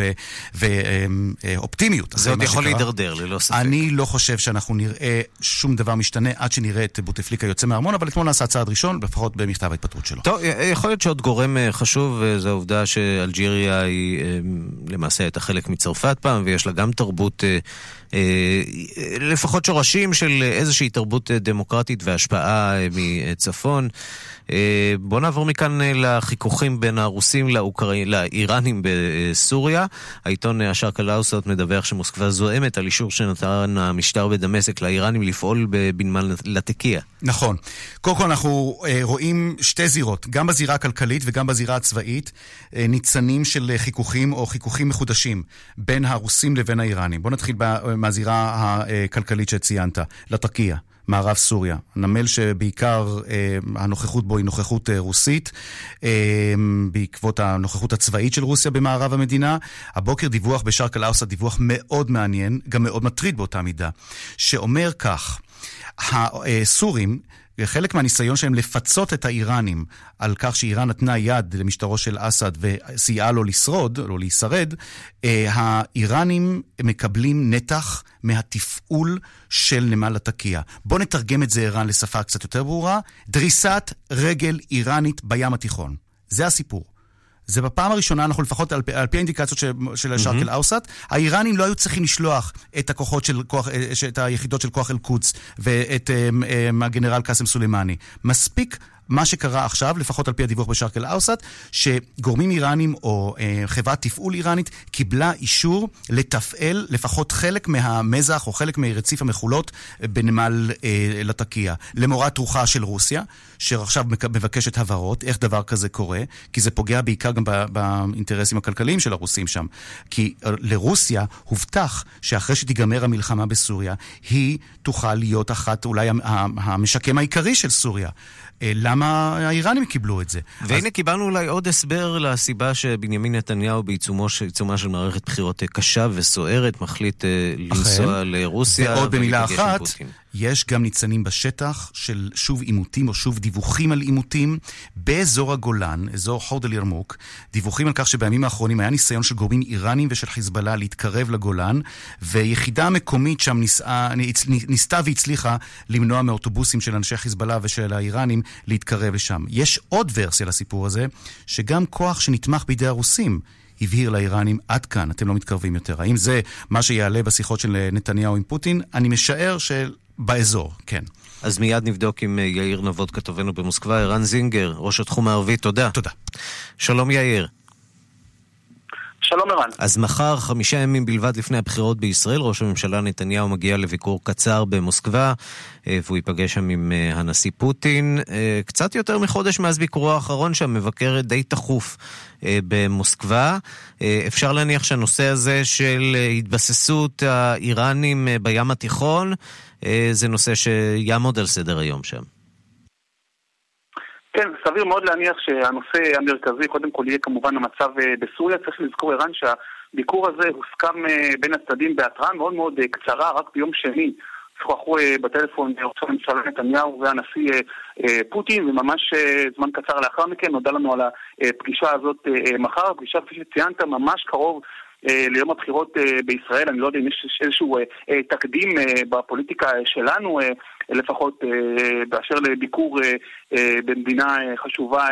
ואופטימיות. זה עוד יכול להידרדר, ללא ספק. אני לא חושב שאנחנו נראה שום דבר משתנה עד שנראה את בוטפליקה יוצא מהארמון, אבל אתמול נעשה צעד ראשון, לפחות במכתב ההתפטרות שלו. טוב, יכול להיות שעוד גורם חשוב, זה העובדה שאלג'יריה היא למעשה הייתה חלק מצרפת פעם, ויש לה גם תרבות, לפחות שורשים של איזושהי תרבות דמוקרטית והשפעה מצפון. בוא נעבור מכאן לחיכוכים בין הרוסים לאיראנים בסוריה. העיתון השרק אל-אוסט מדווח שמוסקבה זועמת על אישור שנתן המשטר בדמשק לאיראנים לפעול בנמל לטקיה. נכון. קודם כל אנחנו רואים שתי זירות, גם בזירה הכלכלית וגם בזירה הצבאית, ניצנים של חיכוכים או חיכוכים מחודשים בין הרוסים לבין האיראנים. בוא נתחיל מהזירה הכלכלית שציינת, לטקיה. מערב סוריה. נמל שבעיקר אה, הנוכחות בו היא נוכחות אה, רוסית, אה, בעקבות הנוכחות הצבאית של רוסיה במערב המדינה. הבוקר דיווח בשרק אל-אוסד, דיווח מאוד מעניין, גם מאוד מטריד באותה מידה, שאומר כך, הסורים, חלק מהניסיון שלהם לפצות את האיראנים על כך שאיראן נתנה יד למשטרו של אסד וסייעה לו לשרוד, או להישרד, האיראנים מקבלים נתח מהתפעול של נמל לטקיה. בואו נתרגם את זה איראן לשפה קצת יותר ברורה, דריסת רגל איראנית בים התיכון. זה הסיפור. זה בפעם הראשונה, אנחנו לפחות על פי, על פי האינדיקציות של, של שרק אל-אוסד, האיראנים לא היו צריכים לשלוח את הכוחות של כוח, את היחידות של כוח אל-קודס ואת um, um, הגנרל קאסם סולימני. מספיק מה שקרה עכשיו, לפחות על פי הדיווח בשרק אל-אוסד, שגורמים איראנים או אה, חברת תפעול איראנית קיבלה אישור לתפעל לפחות חלק מהמזח או חלק מרציף המחולות בנמל אה, לטקיה. למורת רוחה של רוסיה, שעכשיו מבקשת הבהרות, איך דבר כזה קורה, כי זה פוגע בעיקר גם באינטרסים הכלכליים של הרוסים שם. כי לרוסיה הובטח שאחרי שתיגמר המלחמה בסוריה, היא תוכל להיות אחת אולי המשקם העיקרי של סוריה. למה האיראנים קיבלו את זה? והנה אז... קיבלנו אולי עוד הסבר לסיבה שבנימין נתניהו בעיצומה של מערכת בחירות קשה וסוערת מחליט לנסוע לרוסיה. ועוד במילה אחת, יש גם ניצנים בשטח של שוב עימותים או שוב דיווחים על עימותים באזור הגולן, אזור חורד אל-ירמוק, דיווחים על כך שבימים האחרונים היה ניסיון של גורמים איראנים ושל חיזבאללה להתקרב לגולן, ויחידה מקומית שם ניסה, ניסתה והצליחה למנוע מאוטובוסים של אנשי חיזבאללה ושל האיראנים להתקרב לשם. יש עוד ורסיה לסיפור הזה, שגם כוח שנתמך בידי הרוסים הבהיר לאיראנים, עד כאן, אתם לא מתקרבים יותר. האם זה מה שיעלה בשיחות של נתניהו עם פוטין? אני משער שבאזור, כן. אז מיד נבדוק עם יאיר נבות כתובנו במוסקבה. ערן זינגר, ראש התחום הערבי, תודה. תודה. שלום יאיר. שלום ערן. אז מחר, חמישה ימים בלבד לפני הבחירות בישראל, ראש הממשלה נתניהו מגיע לביקור קצר במוסקבה, והוא ייפגש שם עם הנשיא פוטין. קצת יותר מחודש מאז ביקורו האחרון שם, מבקר די תחוף במוסקבה. אפשר להניח שהנושא הזה של התבססות האיראנים בים התיכון, זה נושא שיעמוד על סדר היום שם. כן, סביר מאוד להניח שהנושא המרכזי קודם כל יהיה כמובן המצב בסוריה. צריך לזכור ערן שהביקור הזה הוסכם בין הצדדים בהתראה מאוד מאוד קצרה, רק ביום שני שוחחו בטלפון ראש הממשלה נתניהו והנשיא פוטין, וממש זמן קצר לאחר מכן נודע לנו על הפגישה הזאת מחר. פגישה כפי שציינת ממש קרוב ליום הבחירות בישראל. אני לא יודע אם יש איזשהו תקדים בפוליטיקה שלנו, לפחות באשר לביקור במדינה חשובה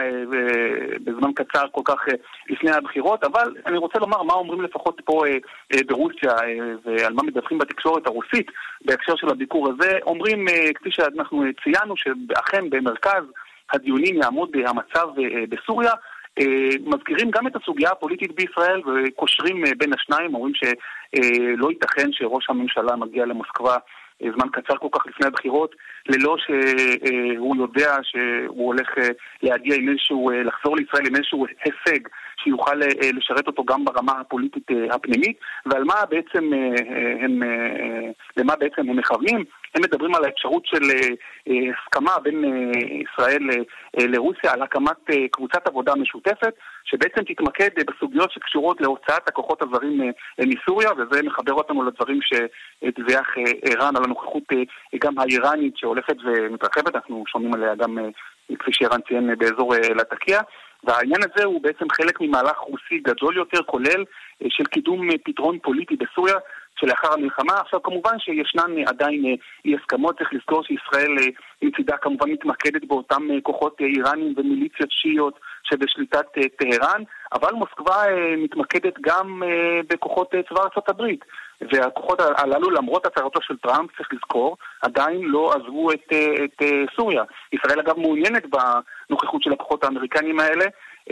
בזמן קצר כל כך לפני הבחירות, אבל אני רוצה לומר מה אומרים לפחות פה ברוסיה ועל מה מדווחים בתקשורת הרוסית בהקשר של הביקור הזה. אומרים, כפי שאנחנו ציינו, שאכן במרכז הדיונים יעמוד המצב בסוריה. מזכירים גם את הסוגיה הפוליטית בישראל וקושרים בין השניים, אומרים שלא ייתכן שראש הממשלה מגיע למוסקבה זמן קצר כל כך לפני הבחירות ללא שהוא יודע שהוא הולך להגיע עם איזשהו, לחזור לישראל עם איזשהו הישג שיוכל לשרת אותו גם ברמה הפוליטית הפנימית. ועל מה בעצם הם, למה בעצם הם מכוונים? הם מדברים על האפשרות של הסכמה בין ישראל לרוסיה על הקמת קבוצת עבודה משותפת שבעצם תתמקד בסוגיות שקשורות להוצאת הכוחות הזרים מסוריה, וזה מחבר אותנו לדברים שדווח ערן על הנוכחות גם האיראנית שהולכת ומתרחבת. אנחנו שומעים עליה גם כפי שערן ציין באזור לטקיה, והעניין הזה הוא בעצם חלק ממהלך רוסי גדול יותר, כולל של קידום פתרון פוליטי בסוריה שלאחר המלחמה. עכשיו כמובן שישנן עדיין אי הסכמות, צריך לזכור שישראל מצידה כמובן מתמקדת באותם כוחות איראנים ומיליציות שיעיות שבשליטת טהרן, אבל מוסקבה מתמקדת גם בכוחות צבא ארצות הברית, והכוחות הללו למרות הצהרתו של טראמפ, צריך לזכור, עדיין לא עזבו את, את סוריה. ישראל אגב מעוניינת בנוכחות של הכוחות האמריקנים האלה,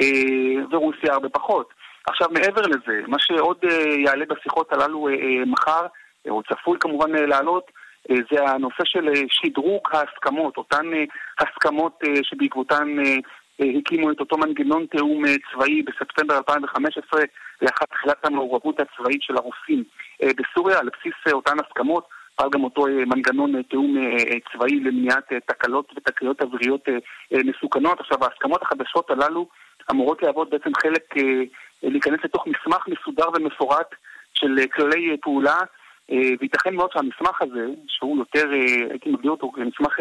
ורוסיה הרבה פחות. עכשיו מעבר לזה, מה שעוד יעלה בשיחות הללו מחר, או צפוי כמובן לעלות, זה הנושא של שדרוג ההסכמות, אותן הסכמות שבעקבותן הקימו את אותו מנגנון תאום צבאי בספטמבר אלפיים וחמש עשרה לאחר תחילת המעורבות הצבאית של הרוסים בסוריה. על בסיס אותן הסכמות פעל גם אותו מנגנון תאום צבאי למניעת תקלות ותקריות אוויריות מסוכנות. עכשיו, ההסכמות החדשות הללו אמורות להוות בעצם חלק, להיכנס לתוך מסמך מסודר ומפורט של כללי פעולה, וייתכן מאוד שהמסמך הזה, שהוא יותר, הייתי מגדיר אותו כמסמך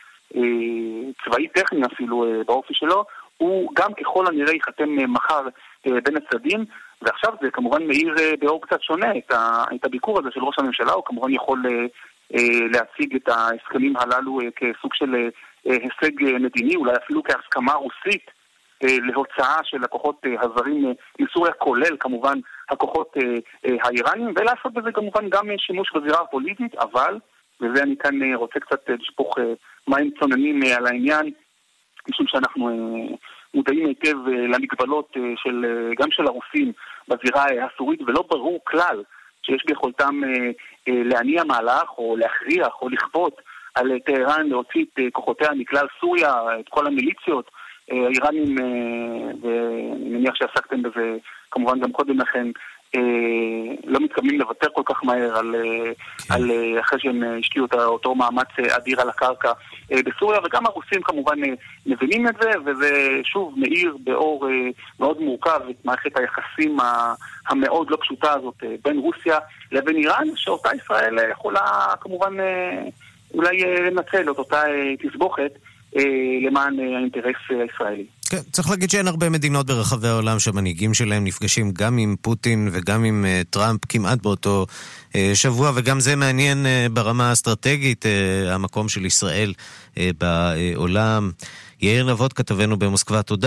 צבאי טכני אפילו באופי שלו, הוא גם ככל הנראה ייחתם מחר בין הצדדים, ועכשיו זה כמובן מאיר באור קצת שונה את הביקור הזה של ראש הממשלה. הוא כמובן יכול להציג את ההסכמים הללו כסוג של הישג מדיני, אולי אפילו כהסכמה רוסית להוצאה של הכוחות הזרים מסוריה, כולל כמובן הכוחות האיראנים, ולעשות בזה כמובן גם שימוש בזירה הפוליטית. אבל, וזה אני כאן רוצה קצת לשפוך מים צוננים על העניין, משום שאנחנו מודעים היטב למגבלות של, גם של הרוסים בזירה הסורית, ולא ברור כלל שיש ביכולתם להניע מהלך או להכריח או לכפות על טהרן להוציא את כוחותיה מכלל סוריה, את כל המיליציות. האיראנים, ואני מניח שעסקתם בזה כמובן גם קודם לכן, לא מתכוונים לוותר כל כך מהר על, על אחרי שהם השקיעו אותו מאמץ אדיר על הקרקע בסוריה, וגם הרוסים כמובן מבינים את זה, וזה שוב מאיר באור מאוד מורכב את מערכת היחסים המאוד לא פשוטה הזאת בין רוסיה לבין איראן, שאותה ישראל יכולה כמובן אולי לנצל את אותה תסבוכת למען האינטרס הישראלי. כן, צריך להגיד שאין הרבה מדינות ברחבי העולם שהמנהיגים שלהם נפגשים גם עם פוטין וגם עם uh, טראמפ כמעט באותו uh, שבוע, וגם זה מעניין uh, ברמה האסטרטגית, uh, המקום של ישראל uh, בעולם. יאיר נבות, כתבנו במוסקבה, תודה.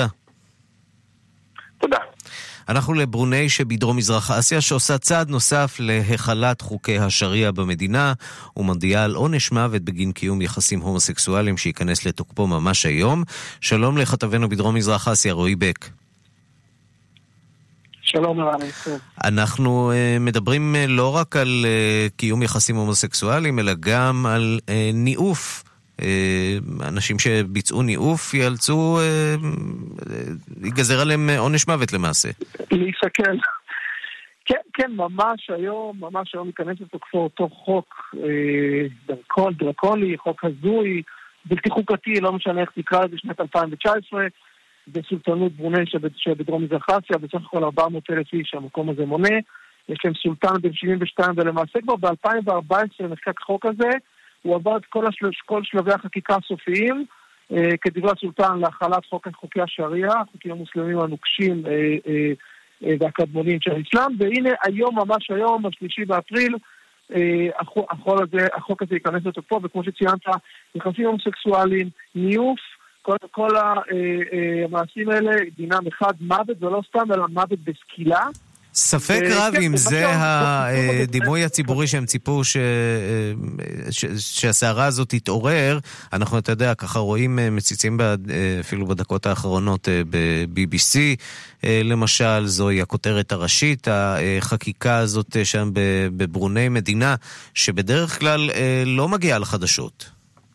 תודה. אנחנו לברוני שבדרום מזרח אסיה, שעושה צעד נוסף להחלת חוקי השריעה במדינה, ומודיעה על עונש מוות בגין קיום יחסים הומוסקסואליים שייכנס לתוקפו ממש היום. שלום לכתבנו בדרום מזרח אסיה, רועי בק. שלום רענן. אנחנו uh, מדברים uh, לא רק על uh, קיום יחסים הומוסקסואליים, אלא גם על uh, ניאוף. אנשים שביצעו ניאוף ייאלצו, ייגזר עליהם עונש מוות למעשה. להסתכל. כן, כן, ממש היום, ממש היום ייכנס לתוקפו אותו חוק דרקון, דרקוני, חוק הזוי, בלתי חוקתי, לא משנה איך תקרא לזה, שנת אלפיים תשע עשרה, בסולטנות ברוני שבדרום מזרח אסיה, בסך הכל ארבע מאות אלף איש המקום הזה מונה, יש להם סולטן בן שבעים ושתיים, ולמעשה כבר ב-אלפיים וארבע עשרה נחקק חוק הזה, הוא עבר את כל, השל... כל שלבי החקיקה הסופיים, אה, כדברי הסולטן להחלת חוק, חוקי השריעה, חוקים המוסלמים הנוקשים אה, אה, אה, והקדמונים של האסלאם, והנה היום, ממש היום, השלישי באפריל, אה, החוק, הזה, החוק הזה ייכנס לתוקפו, וכמו שציינת, יחסים הומוסקסואליים, ניאוף, כל, כל המעשים האלה, דינם אחד מוות, ולא סתם, אלא מוות בסקילה, ספק רב אם זה הדימוי הציבורי שהם ציפו שהסערה הזאת תתעורר. אנחנו, אתה יודע, ככה רואים מציצים אפילו בדקות האחרונות ב-בי בי סי, למשל, זוהי הכותרת הראשית, החקיקה הזאת שם בברוני, מדינה שבדרך כלל לא מגיעה לחדשות.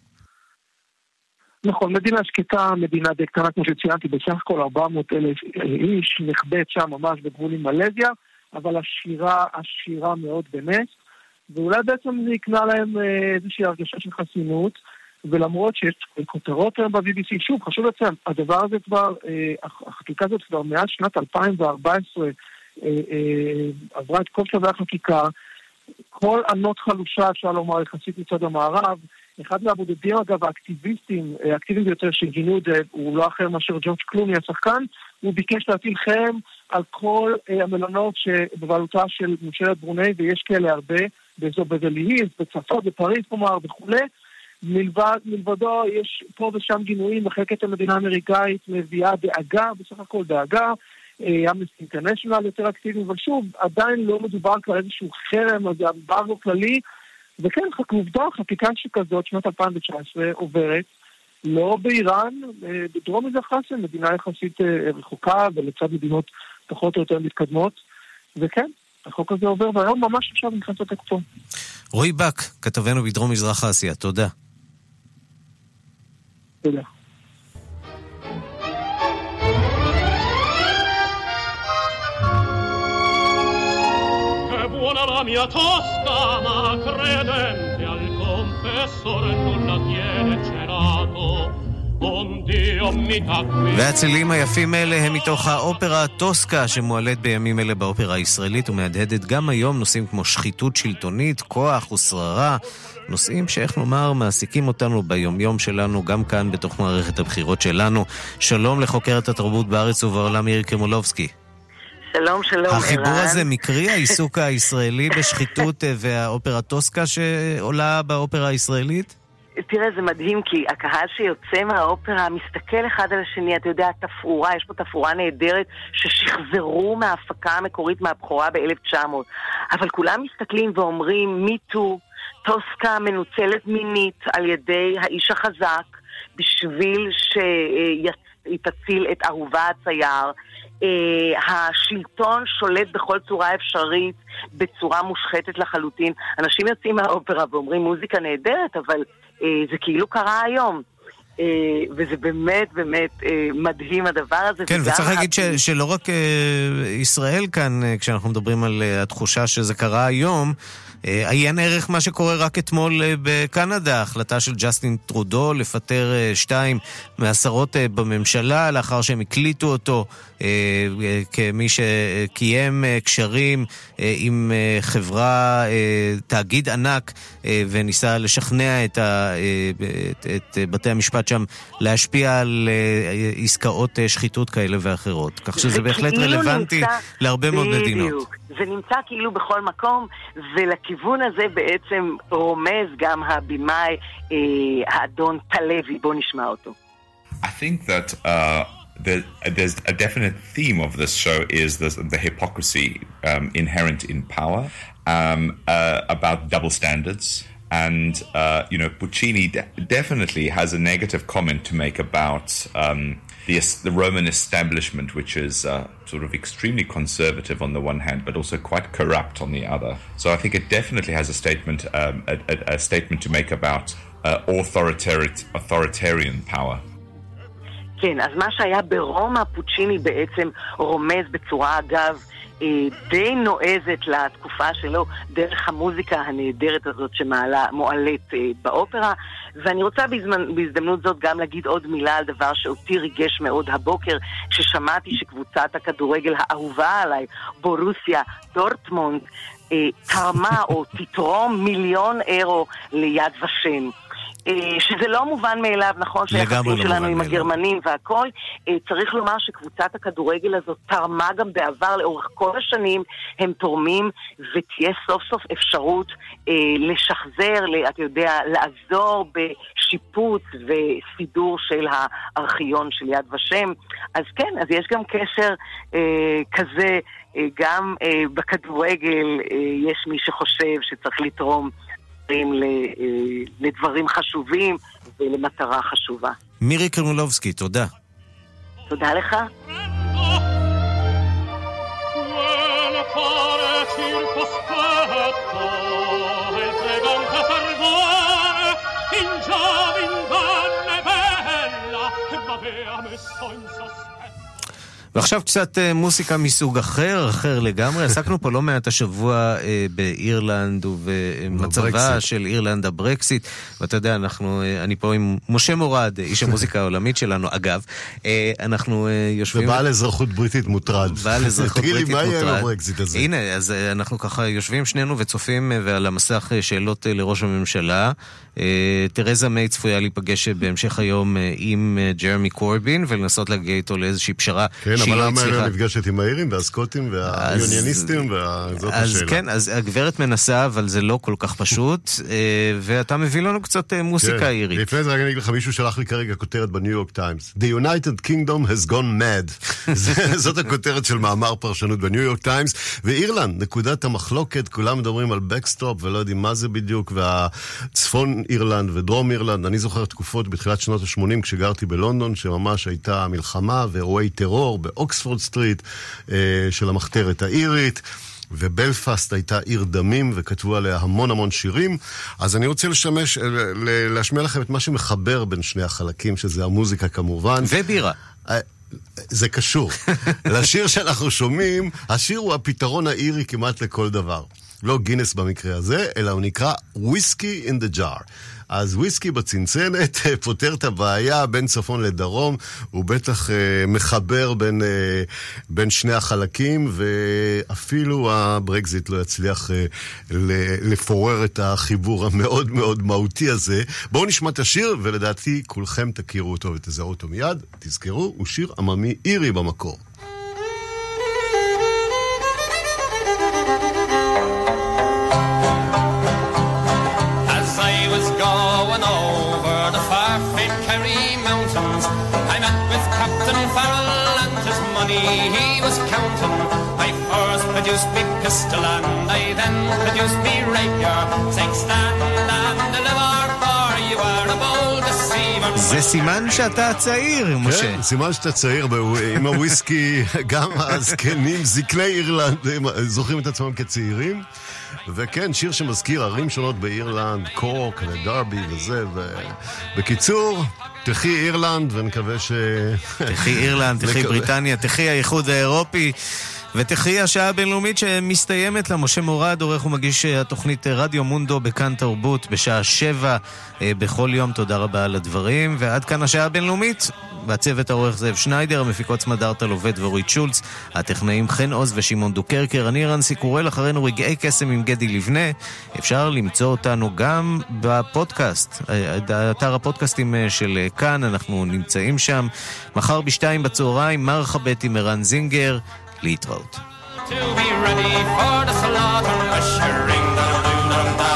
נכון, מדינה שקטה, מדינה די קטנה, כמו שציינתי, בסך הכל ארבע מאות אלף איש, נחבאת שם ממש בגבול עם מלזיה, אבל השירה, השירה מאוד בנס, ואולי בעצם זה יקנה להם איזושהי הרגשה של חסינות, ולמרות שיש כותרות היום ב-בי בי סי, שוב, חשוב לציין, הדבר הזה כבר, החקיקה הזאת כבר מאז שנת אלפיים וארבע עשרה, עברה את כל שלבי החקיקה, כל ענות חלושה, אפשר לומר, יחסית מצד המערב, אחד מהבודדים, אגב, האקטיביסטים, האקטיבים ביותר שגינו את זה, הוא לא אחר מאשר ג'ורג' קלוני, השחקן, הוא ביקש להטיל חרם על כל אה, המלונות שבבעלותה של ממשלת ברוני, ויש כאלה הרבה, באזור בבליז, בצרפת, בפריז, כלומר, וכו'. מלבד, מלבדו יש פה ושם גינויים, מחלקת המדינה האמריקאית מביאה דאגה, בסך הכל דאגה, אמנסטי אינטרנשיונל יותר אקטיביים, אבל שוב, עדיין לא מדובר כבר איזשהו חרם, אז זה אמברגו כללי, וכן, עובדה, חקיקה שכזאת, שנת אלפיים תשע עשרה, עוברת, לא באיראן, בדרום מזרח אסיה, מדינה יחסית רחוקה, ולצד מדינות פחות או יותר מתקדמות, וכן, החוק הזה עובר, והיום ממש עכשיו נכנס לתוקפו. רועי בק, כתבנו בדרום מזרח אסיה, תודה. תודה. Buona la mia Toscana, credente al והצלילים היפים האלה הם מתוך האופרה טוסקה שמועלית בימים אלה באופרה הישראלית ומהדהדת גם היום נושאים כמו שחיתות שלטונית, כוח ושררה, נושאים שאיך נאמר מעסיקים אותנו ביומיום שלנו גם כאן בתוך מערכת הבחירות שלנו. שלום לחוקרת התרבות בארץ ובעולם מירי קרימולובסקי. שלום, שלום, ערן. החיבור הזה מקרי, העיסוק הישראלי בשחיתות והאופרה טוסקה שעולה באופרה הישראלית? תראה, זה מדהים, כי הקהל שיוצא מהאופרה מסתכל אחד על השני, אתה יודע, תפאורה, יש פה תפאורה נהדרת ששחזרו מההפקה המקורית מהבכורה ב-אלף תשע מאות. אבל כולם מסתכלים ואומרים, מיטו, טוסקה מנוצלת מינית על ידי האיש החזק, בשביל שהיא תציל את אהובה הצייר. השלטון שולט בכל צורה אפשרית, בצורה מושחתת לחלוטין. אנשים יוצאים מהאופרה ואומרים, מוזיקה נהדרת, אבל זה כאילו קרה היום. וזה באמת באמת מדהים הדבר הזה. כן, וצריך להגיד שלא רק ישראל כאן, כשאנחנו מדברים על התחושה שזה קרה היום, עיין ערך מה שקורה רק אתמול בקנדה, החלטה של ג'סטין טרודו לפטר שתיים מעשרות בממשלה לאחר שהם הקליטו אותו כמי שקיים קשרים עם חברה, תאגיד ענק, וניסה לשכנע את, ה, את, את בתי המשפט שם להשפיע על עסקאות שחיתות כאלה ואחרות. כך שזה בהחלט רלוונטי נמצא, להרבה מאוד מדינות. זה נמצא כאילו בכל מקום, ולכיוון הזה בעצם רומז גם הבימאי האדון תלוי. בוא נשמע אותו. I think that uh, the, there's a definite theme of this show is the, the hypocrisy um, inherent in power, um, uh, about double standards. And, uh, you know, Puccini de- definitely has a negative comment to make about um, the, the Roman establishment, which is uh, sort of extremely conservative on the one hand, but also quite corrupt on the other. So I think it definitely has a statement, um, a, a, a statement to make about uh, authoritarian, authoritarian power. כן, אז מה שהיה ברומא, פוצ'יני בעצם רומז בצורה, אגב, די נועזת לתקופה שלו, דרך המוזיקה הנהדרת הזאת שמעלה, מועלת באופרה. ואני רוצה בזמן, בהזדמנות זאת גם להגיד עוד מילה על דבר שאותי ריגש מאוד הבוקר, כששמעתי שקבוצת הכדורגל האהובה עליי, בורוסיה דורטמונד, תרמה או תתרום מיליון אירו ליד ושם. שזה לא מובן מאליו, נכון, שהיחסים שלנו עם הגרמנים והכל. צריך לומר שקבוצת הכדורגל הזאת תרמה גם בעבר לאורך כל השנים, הם תורמים, ותהיה סוף סוף אפשרות לשחזר, אתה יודע, לעזור בשיפוץ וסידור של הארכיון של יד ושם. אז כן, אז יש גם קשר כזה, גם בכדורגל יש מי שחושב שצריך לתרום לדברים חשובים ולמטרה חשובה. מירי קרימולובסקי, תודה. תודה לך. ועכשיו קצת מוסיקה מסוג אחר, אחר לגמרי. עסקנו פה לא מעט השבוע באירלנד ובמצבה של אירלנד הברקסיט. ואתה יודע, אנחנו, אני פה עם משה מורד, איש המוזיקה העולמית שלנו, אגב. אנחנו יושבים... ובעל אזרחות בריטית מוטרד. בעל אזרחות בריטית מוטרד. תגידי, מה יהיה הברקסיט הזה? הנה, אז אנחנו ככה יושבים שנינו וצופים ועל המסך שאלות לראש הממשלה. תרזה מיי צפויה להיפגש בהמשך היום עם ג'רמי קורבין ולנסות להגיע איתו לאיזושהי פשרה. כן, אבל למה היא נפגשת עם האירים והסקוטים והיוניאניסטים, וזאת השאלה. אז כן, אז הגברת מנסה, אבל זה לא כל כך פשוט, ואתה מביא לנו קצת מוסיקה אירית. לפני זה רגע נגיד לך, מישהו שלח לי כרגע כותרת בניו יורק טיימס. The United Kingdom has gone mad. זאת הכותרת של מאמר פרשנות בניו יורק טיימס. ואירלנד, נקודת המחלוקת, כולם מדברים על בקסטופ, ולא יודעים מה זה בדיוק, והצפון אירלנד ודרום אירלנד. אני זוכר תקופות בתחילת שנות ה-שמונים, כשגרתי בלונדון, שממש הייתה מלחמה ואירועי טרור באוקספורד סטריט של המחתרת האירית, ובלפאסט הייתה עיר דמים, וכתבו עליה המון המון שירים. אז אני רוצה לשמש, להשמיע לכם את מה שמחבר בין שני החלקים, שזה המוזיקה כמובן. ובירה. זה קשור. לשיר שאנחנו שומעים, השיר הוא הפתרון האירי כמעט לכל דבר. לא גינס במקרה הזה, אלא הוא נקרא וויסקי in the jar. אז וויסקי בצנצנת פותר את הבעיה בין צפון לדרום, הוא בטח uh, מחבר בין, uh, בין שני החלקים, ואפילו הברקזיט לא יצליח uh, לפורר את החיבור המאוד מאוד מהותי הזה. בואו נשמע את השיר, ולדעתי כולכם תכירו אותו ותזהרו אותו מיד. תזכרו, הוא שיר עממי אירי במקור. He was counting. I first produced me pistol and I then produced me rapier. Saying stand and deliver, for you are a bold deceiver. זה סימן שאתה צעיר, משה. כן, סימן שאתה צעיר עם הוויסקי. גם הזקנים, זקני אירלנד, זוכרים את עצמם כצעירים. וכן, שיר שמזכיר ערים שונות באירלנד, קורק ודרבי וזה. בקיצור, תחי אירלנד, ונקווה ש... תחי אירלנד, תחי בריטניה, תחי האיחוד האירופי, ותחי השעה הבינלאומית שמסתיימת לה. משה מורד, עורך ומגיש התוכנית רדיו מונדו בכאן תרבות בשעה שבע בכל יום. תודה רבה על הדברים, ועד כאן השעה הבינלאומית. והצוות העורך זאב שניידר, המפיקות סמדארטה לובד ואורית שולץ, הטכנאים חן עוז ושמעון דוקרקר. אני רנסי קורל, אחרינו רגעי קסם עם גדי לבנה. אפשר למצוא אותנו גם בפודקאסט, אתר הפודקאסטים של כאן, אנחנו נמצאים שם. מחר בשתיים בצהריים, מרחבת עם ערן זינגר. להתראות. To be ready for the slaughter, ushering the doom-dum-da.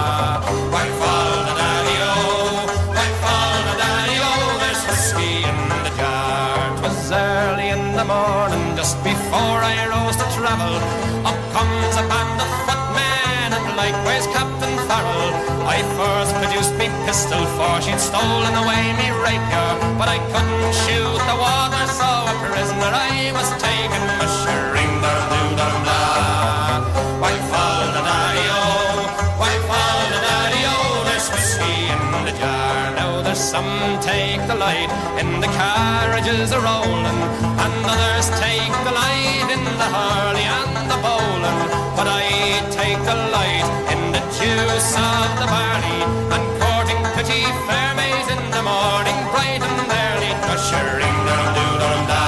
Why fall the daddy-o, why fall the daddy-o, there's whiskey in the jar. 'Twas early in the morning, just before I rose to travel, up comes a band of footmen, and likewise Captain Farrell. I first produced me pistol, for she'd stolen away me rapier, but I couldn't shoot the water, so a prisoner I was taken, mushering the doo-dum-da. Why fall the daddy-o, why fall the daddy-o, there's whiskey in the jar. Now there's some take the light in the carriages a-rolling, and others take the light in the hurley and the bowling, but I take the light in the juice of the barley, and courting pretty fair maids in the morning, bright and early, ushering the doo-dum-da.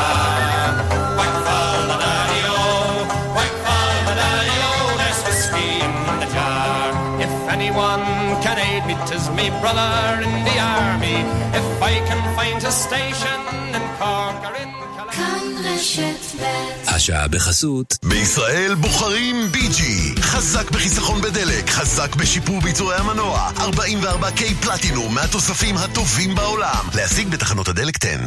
Why fall the daddy-o, why fall the daddy-o, there's whiskey in the jar. If anyone can aid me, 'tis me brother in the army. If I can find a station in Cork or in כאן רשת ב' השעה בחסות בישראל בוחרים בי ג'י, חזק בחיסכון בדלק, חזק בשיפור ביצועי המנוע, ארבעים וארבע קיי פלטינום מהתוספים הטובים בעולם, להשיג בתחנות הדלק עשר.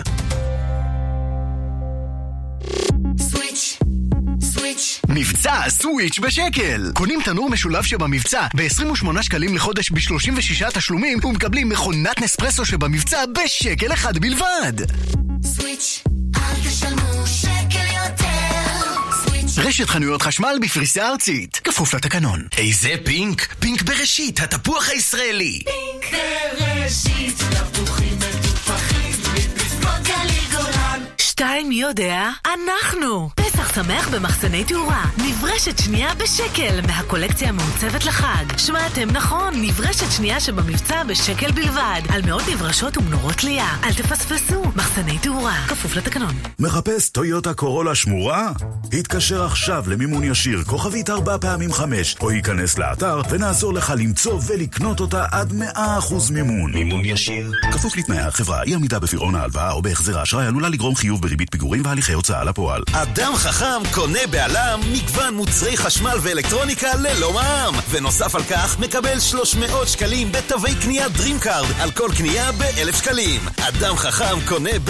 סוויץ' סוויץ' מבצע סוויץ' בשקל. קונים תנור משולב שבמבצע ב-עשרים ושמונה שקלים לחודש ב-שלושים ושישה תשלומים, ומקבלים מכונת נספרסו שבמבצע בשקל אחד בלבד. סוויץ', אל תשלמו שקל יותר. סוויץ'. רשת חנויות חשמל בפריסה ארצית, כפוף לתקנון. איזה פינק? פינק בראשית, התפוח הישראלי. פינק בראשית, תפוחים מטופחים, מפסקות גליל גולן. שתיים, מי יודע? אנחנו! פסח שמח במחסני תאורה. נברשת שנייה בשקל מהקולקציה המעוצבת לחג. שמעתם נכון, נברשת שנייה שבמבצע בשקל בלבד. על מאות נברשות ומנורות תליה. אל תפספסו, מחסני תאורה. כפוף לתקנון. מחפש טויוטה קורולה שמורה? התקשר עכשיו למימון ישיר כוכבית ארבע פעמים חמש, או ייכנס לאתר ונעזור לך למצוא ולקנות אותה עד מאה אחוז מימון. מימון ישיר. כפוף לתנאי החברה, אי עמידה בפירעון ההלוואה או בהחזר האשראי עלולה לגרום חיוב בריבית פיגורים והליכי הוצאה לפועל. אדם חכם קונה בעלם מגוון מוצרי חשמל ואלקטרוניקה ללא מע"מ, ונוסף על כך מקבל שלוש מאות שקלים בתווי קנייה דרימקארד על כל קנייה ב-אלף שקלים. אדם חכם קונה ב...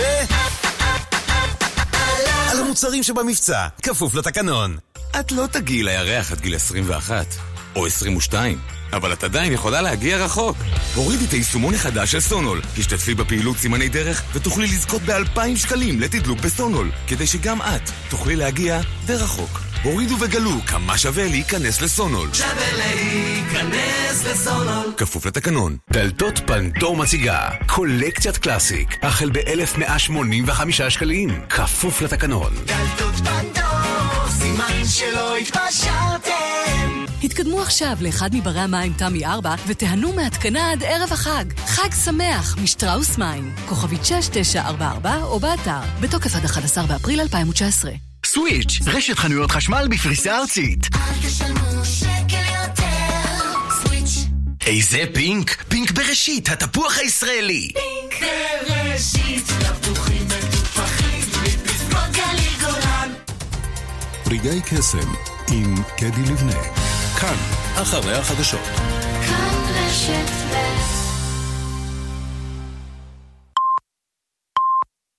על המוצרים שבמבצע, כפוף לתקנון. את לא תגיעי לירח עד גיל עשרים ואחת או עשרים ושתיים, אבל את עדיין יכולה להגיע רחוק. הורידי את היישומון החדש של סונול, השתתפי בפעילות סימני דרך ותוכלי לזכות באלפיים שקלים לתדלוק בסונול, כדי שגם את תוכלי להגיע די רחוק. הורידו וגלו כמה שווה להיכנס לסונול. שווה להיכנס לסונול. כפוף לתקנון. דלתות פנדור מציגה קולקציית קלאסיק החל ב-אלף מאה שמונים וחמישה שקלים, כפוף לתקנון. דלתות פנדור, סימן שלא התפשרתם. התקדמו עכשיו לאחד מברי המים תמי ארבע ותהנו מהתקנה עד ערב החג. חג שמח משטראוס מים. כוכבית שש תשע ארבע ארבע או באתר. בתוקף עד אחד עשר באפריל אלפיים ותשע עשרה. סוויץ', רשת חנויות חשמל בפריסה ארצית. אל תשלמו שקל יותר. סוויץ'. איזה פינק? פינק בראשית, התפוח הישראלי. פינק בראשית, תפוחים מטופחים, מפסקות גליל גולן. רגעי קסם עם קדי לבנה. כאן, אחרי החדשות. כאן רשת